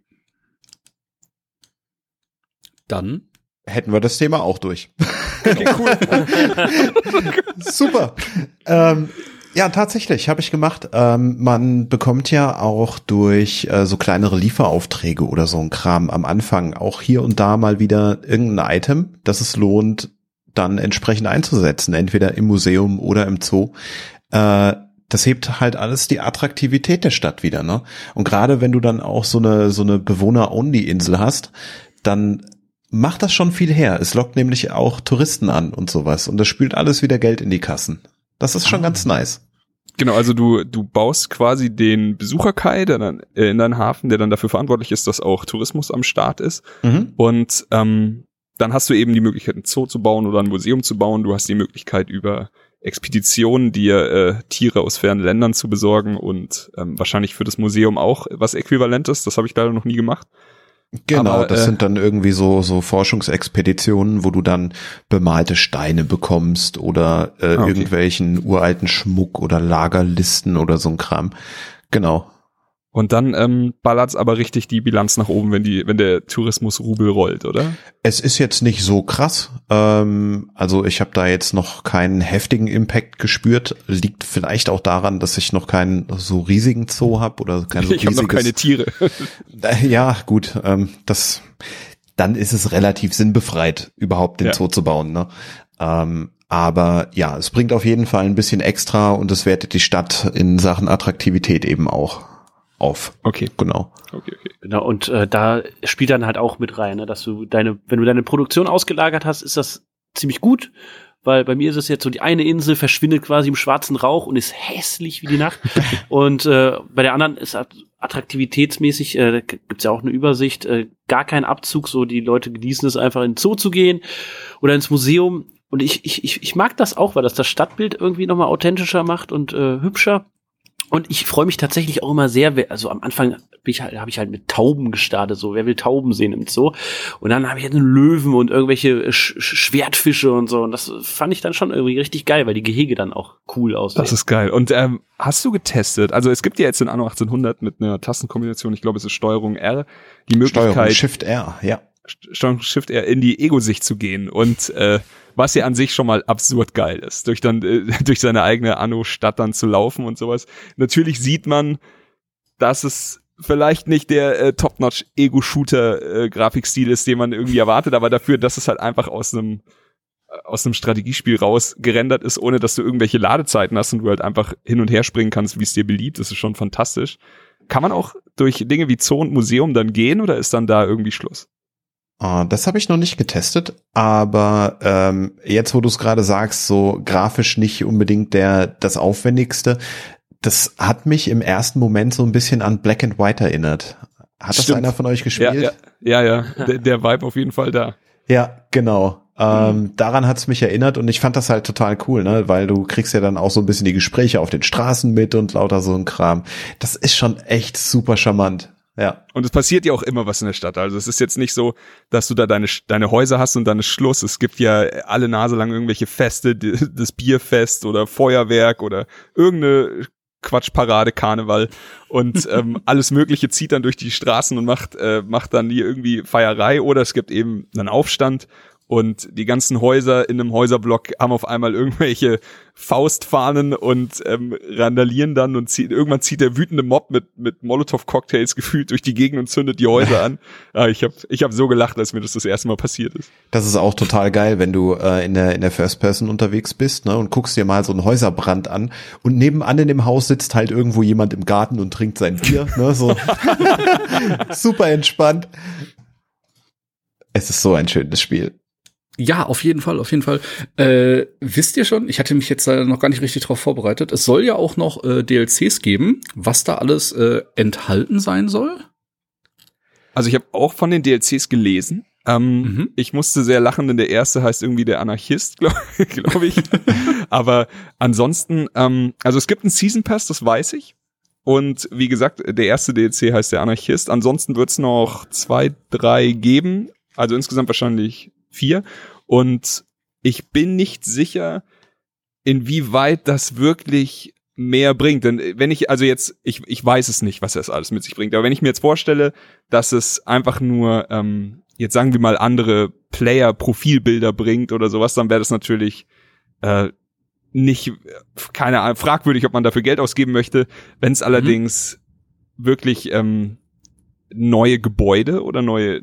Dann hätten wir das Thema auch durch. Okay, cool. Super. Ja, tatsächlich, habe ich gemacht. Man bekommt ja auch durch so kleinere Lieferaufträge oder so ein Kram am Anfang auch hier und da mal wieder irgendein Item, das es lohnt, dann entsprechend einzusetzen, entweder im Museum oder im Zoo. Das hebt halt alles die Attraktivität der Stadt wieder, ne? Und gerade wenn du dann auch so eine Bewohner-Only-Insel hast, dann macht das schon viel her. Es lockt nämlich auch Touristen an und sowas. Und das spült alles wieder Geld in die Kassen. Das ist schon ganz nice. Genau, also du baust quasi den Besucherkai, der dann in deinen Hafen, der dann dafür verantwortlich ist, dass auch Tourismus am Start ist. Mhm. Und dann hast du eben die Möglichkeit, ein Zoo zu bauen oder ein Museum zu bauen. Du hast die Möglichkeit, über Expeditionen dir Tiere aus fernen Ländern zu besorgen und wahrscheinlich für das Museum auch was Äquivalentes. Das habe ich leider noch nie gemacht. Genau, aber, das sind dann irgendwie so Forschungsexpeditionen, wo du dann bemalte Steine bekommst oder okay. irgendwelchen uralten Schmuck oder Lagerlisten oder so ein Kram. Genau. Und dann ballert's aber richtig die Bilanz nach oben, wenn der Tourismus-Rubel rollt, oder? Es ist jetzt nicht so krass. Also ich habe da jetzt noch keinen heftigen Impact gespürt. Liegt vielleicht auch daran, dass ich noch keinen so riesigen Zoo habe oder kein so ich habe noch keine Tiere. Ja, gut. Dann ist es relativ sinnbefreit, überhaupt den Zoo zu bauen, ne? Aber ja, es bringt auf jeden Fall ein bisschen extra und es wertet die Stadt in Sachen Attraktivität eben auch auf. Okay. Genau. Okay. Genau, und da spielt dann halt auch mit rein, ne, dass du wenn du deine Produktion ausgelagert hast, ist das ziemlich gut, weil bei mir ist es jetzt so, die eine Insel verschwindet quasi im schwarzen Rauch und ist hässlich wie die Nacht. Und bei der anderen ist attraktivitätsmäßig, da gibt's ja auch eine Übersicht, gar kein Abzug, so die Leute genießen es einfach in den Zoo zu gehen oder ins Museum. Und ich mag das auch, weil das Stadtbild irgendwie nochmal authentischer macht und hübscher. Und ich freue mich tatsächlich auch immer sehr, also am Anfang habe ich halt mit Tauben gestartet, so, wer will Tauben sehen im Zoo? Und dann habe ich halt einen Löwen und irgendwelche Schwertfische und so. Und das fand ich dann schon irgendwie richtig geil, weil die Gehege dann auch cool aussehen. Das ist geil. Und hast du getestet, also es gibt ja jetzt in Anno 1800 mit einer Tastenkombination, ich glaube es ist Steuerung R, die Möglichkeit, Steuerung Shift R, ja. Steuerung Shift R in die Ego-Sicht zu gehen und was ja an sich schon mal absurd geil ist, durch seine eigene Anno-Stadt dann zu laufen und sowas. Natürlich sieht man, dass es vielleicht nicht der Top-Notch-Ego-Shooter-Grafikstil ist, den man irgendwie erwartet, aber dafür, dass es halt einfach aus einem Strategiespiel raus gerendert ist, ohne dass du irgendwelche Ladezeiten hast und du halt einfach hin und her springen kannst, wie es dir beliebt. Das ist schon fantastisch. Kann man auch durch Dinge wie Zoo und Museum dann gehen oder ist dann da irgendwie Schluss? Das habe ich noch nicht getestet, aber jetzt, wo du es gerade sagst, so grafisch nicht unbedingt das Aufwendigste, das hat mich im ersten Moment so ein bisschen an Black and White erinnert. Hat das einer von euch gespielt? Ja. Der Vibe auf jeden Fall da. Ja, genau. Daran hat's mich erinnert und ich fand das halt total cool, ne, weil du kriegst ja dann auch so ein bisschen die Gespräche auf den Straßen mit und lauter so ein Kram. Das ist schon echt super charmant. Ja. Und es passiert ja auch immer was in der Stadt. Also es ist jetzt nicht so, dass du da deine Häuser hast und dann ist Schluss. Es gibt ja alle Nase lang irgendwelche Feste, das Bierfest oder Feuerwerk oder irgendeine Quatschparade, Karneval und alles Mögliche zieht dann durch die Straßen und macht dann hier irgendwie Feierei oder es gibt eben einen Aufstand. Und die ganzen Häuser in einem Häuserblock haben auf einmal irgendwelche Faustfahnen und randalieren dann und irgendwann zieht der wütende Mob mit Molotow-Cocktails gefühlt durch die Gegend und zündet die Häuser an. Ich hab so gelacht, als mir das erste Mal passiert ist. Das ist auch total geil, wenn du in der First Person unterwegs bist, ne, und guckst dir mal so einen Häuserbrand an und nebenan in dem Haus sitzt halt irgendwo jemand im Garten und trinkt sein Bier, ne, so super entspannt. Es ist so ein schönes Spiel. Ja, auf jeden Fall. Wisst ihr schon, ich hatte mich jetzt noch gar nicht richtig drauf vorbereitet, es soll ja auch noch DLCs geben, was da alles enthalten sein soll? Also ich habe auch von den DLCs gelesen. Ich musste sehr lachen, denn der erste heißt irgendwie der Anarchist, glaube ich. Aber ansonsten, also es gibt einen Season Pass, das weiß ich. Und wie gesagt, der erste DLC heißt der Anarchist. Ansonsten wird es noch 2, 3 geben. Also insgesamt wahrscheinlich 4. Und ich bin nicht sicher, inwieweit das wirklich mehr bringt. Denn wenn ich weiß es nicht, was das alles mit sich bringt. Aber wenn ich mir jetzt vorstelle, dass es einfach nur, jetzt sagen wir mal, andere Player-Profilbilder bringt oder sowas, dann wäre das natürlich nicht, keine Ahnung, fragwürdig, ob man dafür Geld ausgeben möchte. Wenn es allerdings wirklich neue Gebäude oder neue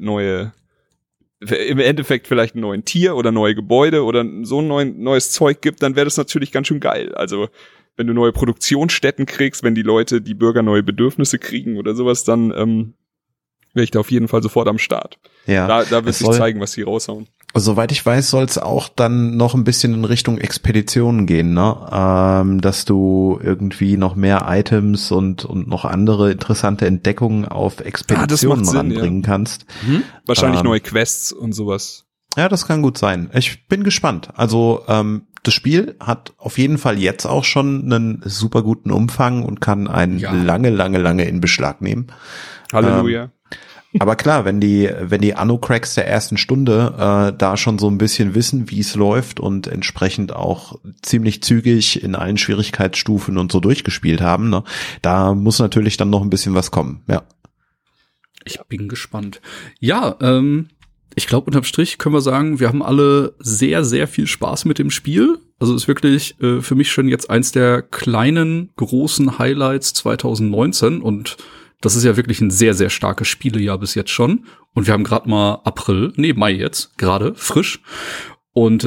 im Endeffekt vielleicht einen neuen Tier oder neue Gebäude oder so ein neues Zeug gibt, dann wäre das natürlich ganz schön geil. Also wenn du neue Produktionsstätten kriegst, wenn die Bürger neue Bedürfnisse kriegen oder sowas, dann wäre ich da auf jeden Fall sofort am Start. Ja, da wird sich zeigen, was sie raushauen. Soweit ich weiß, soll es auch dann noch ein bisschen in Richtung Expeditionen gehen, ne? Dass du irgendwie noch mehr Items und noch andere interessante Entdeckungen auf Expeditionen ranbringen kannst. Wahrscheinlich neue Quests und sowas. Ja, das kann gut sein. Ich bin gespannt. Also das Spiel hat auf jeden Fall jetzt auch schon einen super guten Umfang und kann einen lange in Beschlag nehmen. Halleluja. Aber klar, wenn die Anno-Cracks der ersten Stunde da schon so ein bisschen wissen, wie es läuft und entsprechend auch ziemlich zügig in allen Schwierigkeitsstufen und so durchgespielt haben, ne, da muss natürlich dann noch ein bisschen was kommen, ja. Ich bin gespannt. Ja, ich glaube, unterm Strich können wir sagen, wir haben alle sehr, sehr viel Spaß mit dem Spiel. Also ist wirklich für mich schon jetzt eins der kleinen, großen Highlights 2019 und das ist ja wirklich ein sehr, sehr starkes Spielejahr bis jetzt schon. Und wir haben gerade mal Mai jetzt, gerade frisch. Und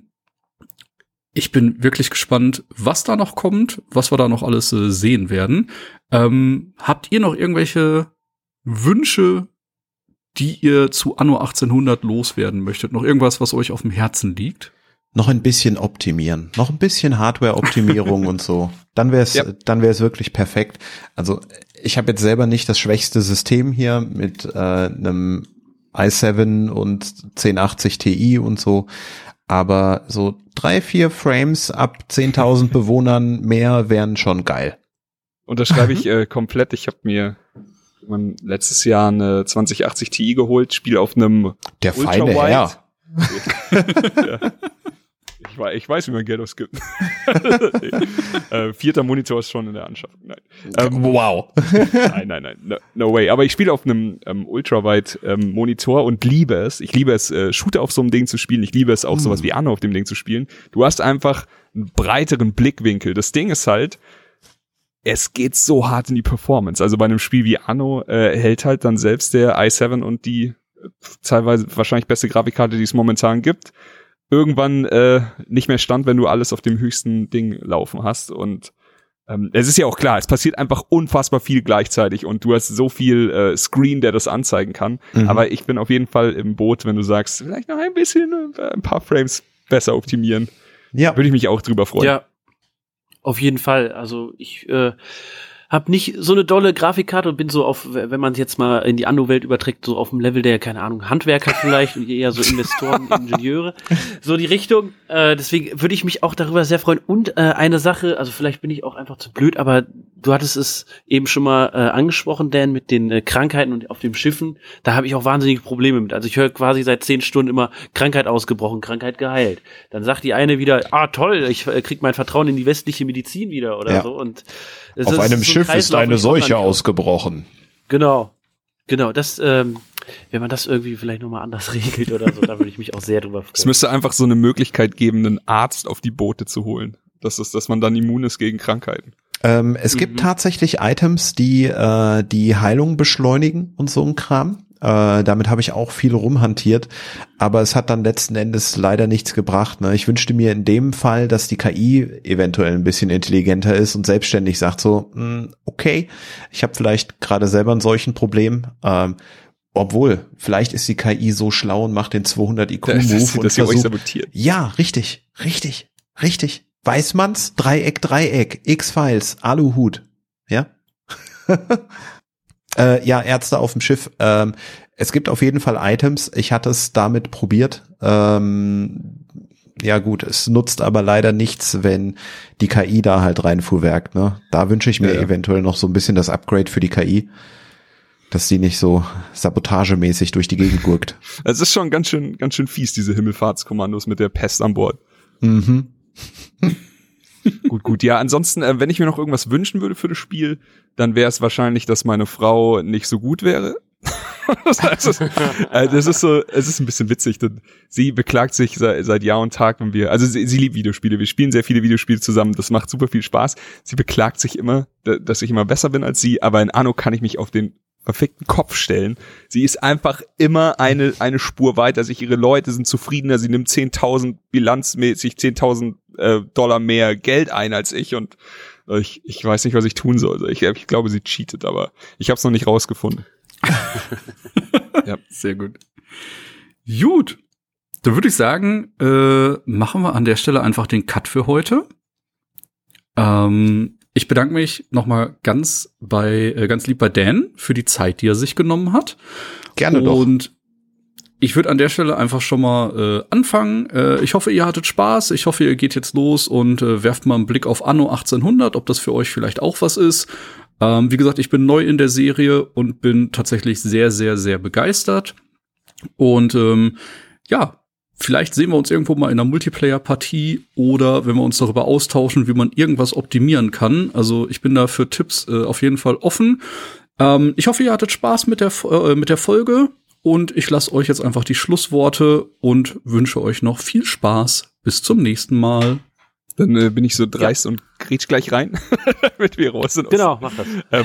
ich bin wirklich gespannt, was da noch kommt, was wir da noch alles sehen werden. Habt ihr noch irgendwelche Wünsche, die ihr zu Anno 1800 loswerden möchtet? Noch irgendwas, was euch auf dem Herzen liegt? Noch ein bisschen optimieren, noch ein bisschen Hardware-Optimierung und so. Dann wär's wirklich perfekt. Also ich habe jetzt selber nicht das schwächste System hier mit einem i7 und 1080 Ti und so, aber so 3-4 Frames ab 10.000 Bewohnern mehr wären schon geil. Unterschreibe ich komplett. Ich habe mir letztes Jahr eine 2080 Ti geholt, spiele auf einem der feine Herr. Ja. Ich weiß, wie man Geld ausgibt. 4. Monitor ist schon in der Anschaffung. Nein. Wow. Nein. No way. Aber ich spiele auf einem Ultrawide-Monitor und liebe es. Ich liebe es, Shooter auf so einem Ding zu spielen. Ich liebe es auch, sowas wie Anno auf dem Ding zu spielen. Du hast einfach einen breiteren Blickwinkel. Das Ding ist halt, es geht so hart in die Performance. Also bei einem Spiel wie Anno hält halt dann selbst der i7 und die teilweise wahrscheinlich beste Grafikkarte, die es momentan gibt, irgendwann nicht mehr stand, wenn du alles auf dem höchsten Ding laufen hast. Und es ist ja auch klar, es passiert einfach unfassbar viel gleichzeitig und du hast so viel Screen, der das anzeigen kann. Aber ich bin auf jeden Fall im Boot, wenn du sagst, vielleicht noch ein paar Frames besser optimieren. Ja. Würde ich mich auch drüber freuen. Ja, auf jeden Fall. Also ich hab nicht so eine dolle Grafikkarte und bin so auf, wenn man es jetzt mal in die Anno-Welt überträgt, so auf dem Level der, keine Ahnung, Handwerker vielleicht und eher so Investoren, Ingenieure, so die Richtung. Deswegen würde ich mich auch darüber sehr freuen. Und eine Sache, also vielleicht bin ich auch einfach zu blöd, aber du hattest es eben schon mal angesprochen, Dan, mit den Krankheiten und auf den Schiffen. Da habe ich auch wahnsinnige Probleme mit. Also ich höre quasi seit 10 Stunden immer Krankheit ausgebrochen, Krankheit geheilt. Dann sagt die eine wieder, toll, ich krieg mein Vertrauen in die westliche Medizin wieder oder so. Und auf einem Schiff ist eine Seuche ausgebrochen. Genau. Das, wenn man das irgendwie vielleicht nochmal anders regelt oder so, da würde ich mich auch sehr drüber freuen. Es müsste einfach so eine Möglichkeit geben, einen Arzt auf die Boote zu holen. Dass man dann immun ist gegen Krankheiten. Es gibt tatsächlich Items, die die Heilung beschleunigen und so ein Kram. Damit habe ich auch viel rumhantiert, aber es hat dann letzten Endes leider nichts gebracht. Ne? Ich wünschte mir in dem Fall, dass die KI eventuell ein bisschen intelligenter ist und selbstständig sagt so, okay, ich habe vielleicht gerade selber ein solchen Problem. Obwohl, vielleicht ist die KI so schlau und macht den 200 IQ-Move und versucht, euch sabotiert. Ja, richtig. Weiß man's? Dreieck, X-Files, Aluhut. Ja? Ja, Ärzte auf dem Schiff. Es gibt auf jeden Fall Items. Ich hatte es damit probiert. Ja gut, es nutzt aber leider nichts, wenn die KI da halt reinfuhrwerkt. Ne? Da wünsche ich mir eventuell noch so ein bisschen das Upgrade für die KI, dass die nicht so sabotagemäßig durch die Gegend gurkt. Es ist schon ganz schön fies, diese Himmelfahrtskommandos mit der Pest an Bord. Mhm. Gut. Ja, ansonsten, wenn ich mir noch irgendwas wünschen würde für das Spiel, dann wäre es wahrscheinlich, dass meine Frau nicht so gut wäre. Das ist so, es ist ein bisschen witzig, denn sie beklagt sich seit Jahr und Tag, wenn wir, also sie liebt Videospiele, wir spielen sehr viele Videospiele zusammen, das macht super viel Spaß. Sie beklagt sich immer, dass ich immer besser bin als sie, aber in Anno kann ich mich auf den verfickten Kopf stellen. Sie ist einfach immer eine Spur weiter. Also ihre Leute sind zufriedener. Sie nimmt 10.000 bilanzmäßig 10.000 Dollar mehr Geld ein als ich und ich weiß nicht, was ich tun soll. Also ich glaube, sie cheatet, aber ich habe es noch nicht rausgefunden. Ja, sehr gut. Gut, dann würde ich sagen, machen wir an der Stelle einfach den Cut für heute. Ich bedanke mich nochmal ganz lieb bei Dan für die Zeit, die er sich genommen hat. Gerne doch. Und ich würde an der Stelle einfach schon mal anfangen. Ich hoffe, ihr hattet Spaß. Ich hoffe, ihr geht jetzt los und werft mal einen Blick auf Anno 1800, ob das für euch vielleicht auch was ist. Wie gesagt, ich bin neu in der Serie und bin tatsächlich sehr, sehr, sehr begeistert. Und ja, vielleicht sehen wir uns irgendwo mal in einer Multiplayer-Partie oder wenn wir uns darüber austauschen, wie man irgendwas optimieren kann. Also ich bin da für Tipps auf jeden Fall offen. Ich hoffe, ihr hattet Spaß mit der Folge und ich lasse euch jetzt einfach die Schlussworte und wünsche euch noch viel Spaß. Bis zum nächsten Mal. Dann bin ich so dreist und grätsch gleich rein, damit wir raus sind. Genau, mach das.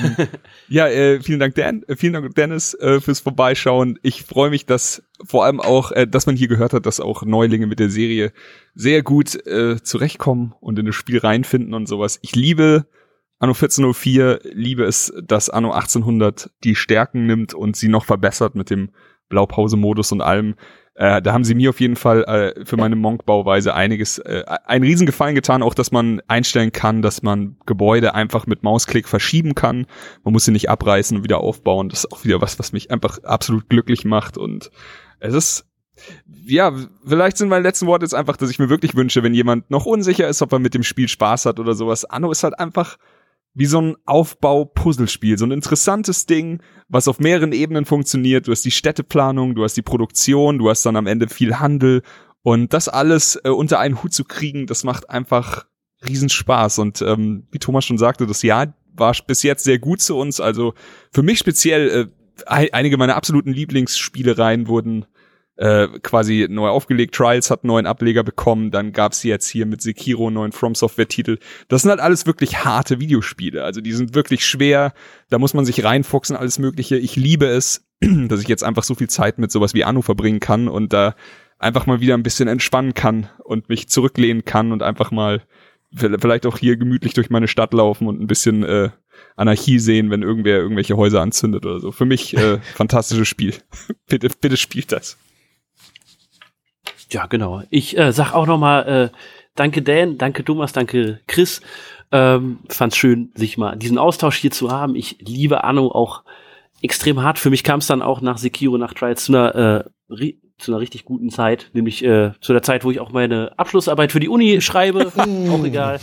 Vielen Dank, Dan. Vielen Dank, Dennis, fürs Vorbeischauen. Ich freue mich, dass vor allem auch, dass man hier gehört hat, dass auch Neulinge mit der Serie sehr gut zurechtkommen und in das Spiel reinfinden und sowas. Ich liebe Anno 1404, liebe es, dass Anno 1800 die Stärken nimmt und sie noch verbessert mit dem Blaupause-Modus und allem. Da haben sie mir auf jeden Fall für meine Monk-Bauweise einen riesen Gefallen getan, auch dass man einstellen kann, dass man Gebäude einfach mit Mausklick verschieben kann. Man muss sie nicht abreißen und wieder aufbauen. Das ist auch wieder was mich einfach absolut glücklich macht. Und es ist, ja, vielleicht sind meine letzten Worte jetzt einfach, dass ich mir wirklich wünsche, wenn jemand noch unsicher ist, ob er mit dem Spiel Spaß hat oder sowas. Anno ist halt einfach wie so ein Aufbau-Puzzlespiel, so ein interessantes Ding, was auf mehreren Ebenen funktioniert. Du hast die Städteplanung, du hast die Produktion, du hast dann am Ende viel Handel und das alles unter einen Hut zu kriegen, das macht einfach Riesenspaß. Und wie Thomas schon sagte, das Jahr war bis jetzt sehr gut zu uns. Also für mich speziell einige meiner absoluten Lieblingsspielereien wurden quasi neu aufgelegt. Trials hat einen neuen Ableger bekommen, dann gab's jetzt hier mit Sekiro einen neuen From Software Titel. Das sind halt alles wirklich harte Videospiele, also die sind wirklich schwer, da muss man sich reinfuchsen, alles mögliche. Ich liebe es, dass ich jetzt einfach so viel Zeit mit sowas wie Anno verbringen kann und da einfach mal wieder ein bisschen entspannen kann und mich zurücklehnen kann und einfach mal vielleicht auch hier gemütlich durch meine Stadt laufen und ein bisschen Anarchie sehen, wenn irgendwer irgendwelche Häuser anzündet oder so. Für mich fantastisches Spiel. Bitte spielt das. Ja, genau. Ich sag auch noch mal danke Dan, danke Thomas, danke Chris. Fand's schön, sich mal diesen Austausch hier zu haben. Ich liebe Anno auch extrem hart. Für mich kam es dann auch nach Sekiro, nach Trials zu einer richtig guten Zeit, nämlich zu der Zeit, wo ich auch meine Abschlussarbeit für die Uni schreibe. Auch egal.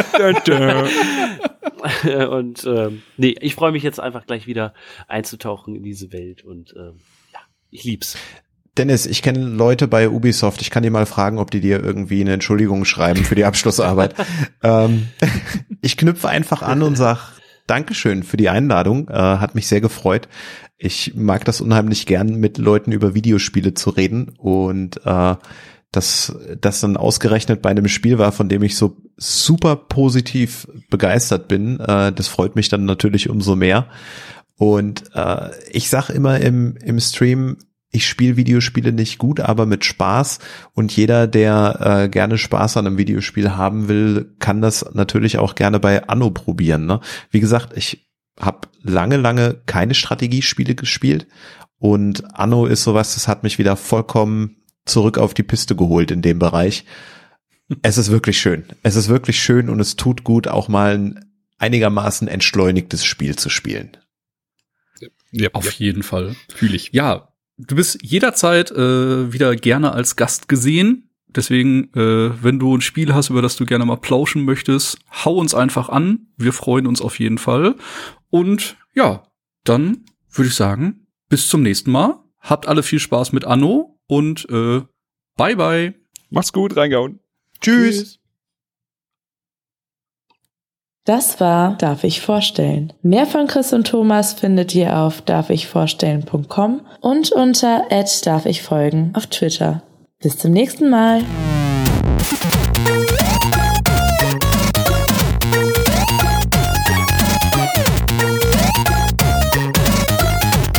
Und nee, ich freue mich jetzt einfach gleich wieder einzutauchen in diese Welt und ja, ich lieb's. Dennis, ich kenne Leute bei Ubisoft, ich kann die mal fragen, ob die dir irgendwie eine Entschuldigung schreiben für die Abschlussarbeit. Ich knüpfe einfach an und sag Dankeschön für die Einladung, hat mich sehr gefreut. Ich mag das unheimlich gern, mit Leuten über Videospiele zu reden und dass das dann ausgerechnet bei einem Spiel war, von dem ich so super positiv begeistert bin, das freut mich dann natürlich umso mehr. Und ich sag immer im Stream, ich spiele Videospiele nicht gut, aber mit Spaß. Und jeder, der gerne Spaß an einem Videospiel haben will, kann das natürlich auch gerne bei Anno probieren. Ne? Wie gesagt, ich habe lange keine Strategiespiele gespielt. Und Anno ist sowas, das hat mich wieder vollkommen zurück auf die Piste geholt in dem Bereich. Es ist wirklich schön. Es ist wirklich schön und es tut gut, auch mal ein einigermaßen entschleunigtes Spiel zu spielen. Ja, auf jeden Fall. Fühle ich. Ja, du bist jederzeit wieder gerne als Gast gesehen. Deswegen, wenn du ein Spiel hast, über das du gerne mal plauschen möchtest, hau uns einfach an. Wir freuen uns auf jeden Fall. Und ja, dann würde ich sagen, bis zum nächsten Mal. Habt alle viel Spaß mit Anno und bye bye. Macht's gut, reingehauen. Tschüss. Das war Darf ich vorstellen. Mehr von Chris und Thomas findet ihr auf darfichvorstellen.com und unter @darfichfolgen auf Twitter. Bis zum nächsten Mal.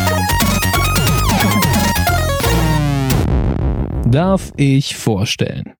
Darf ich vorstellen?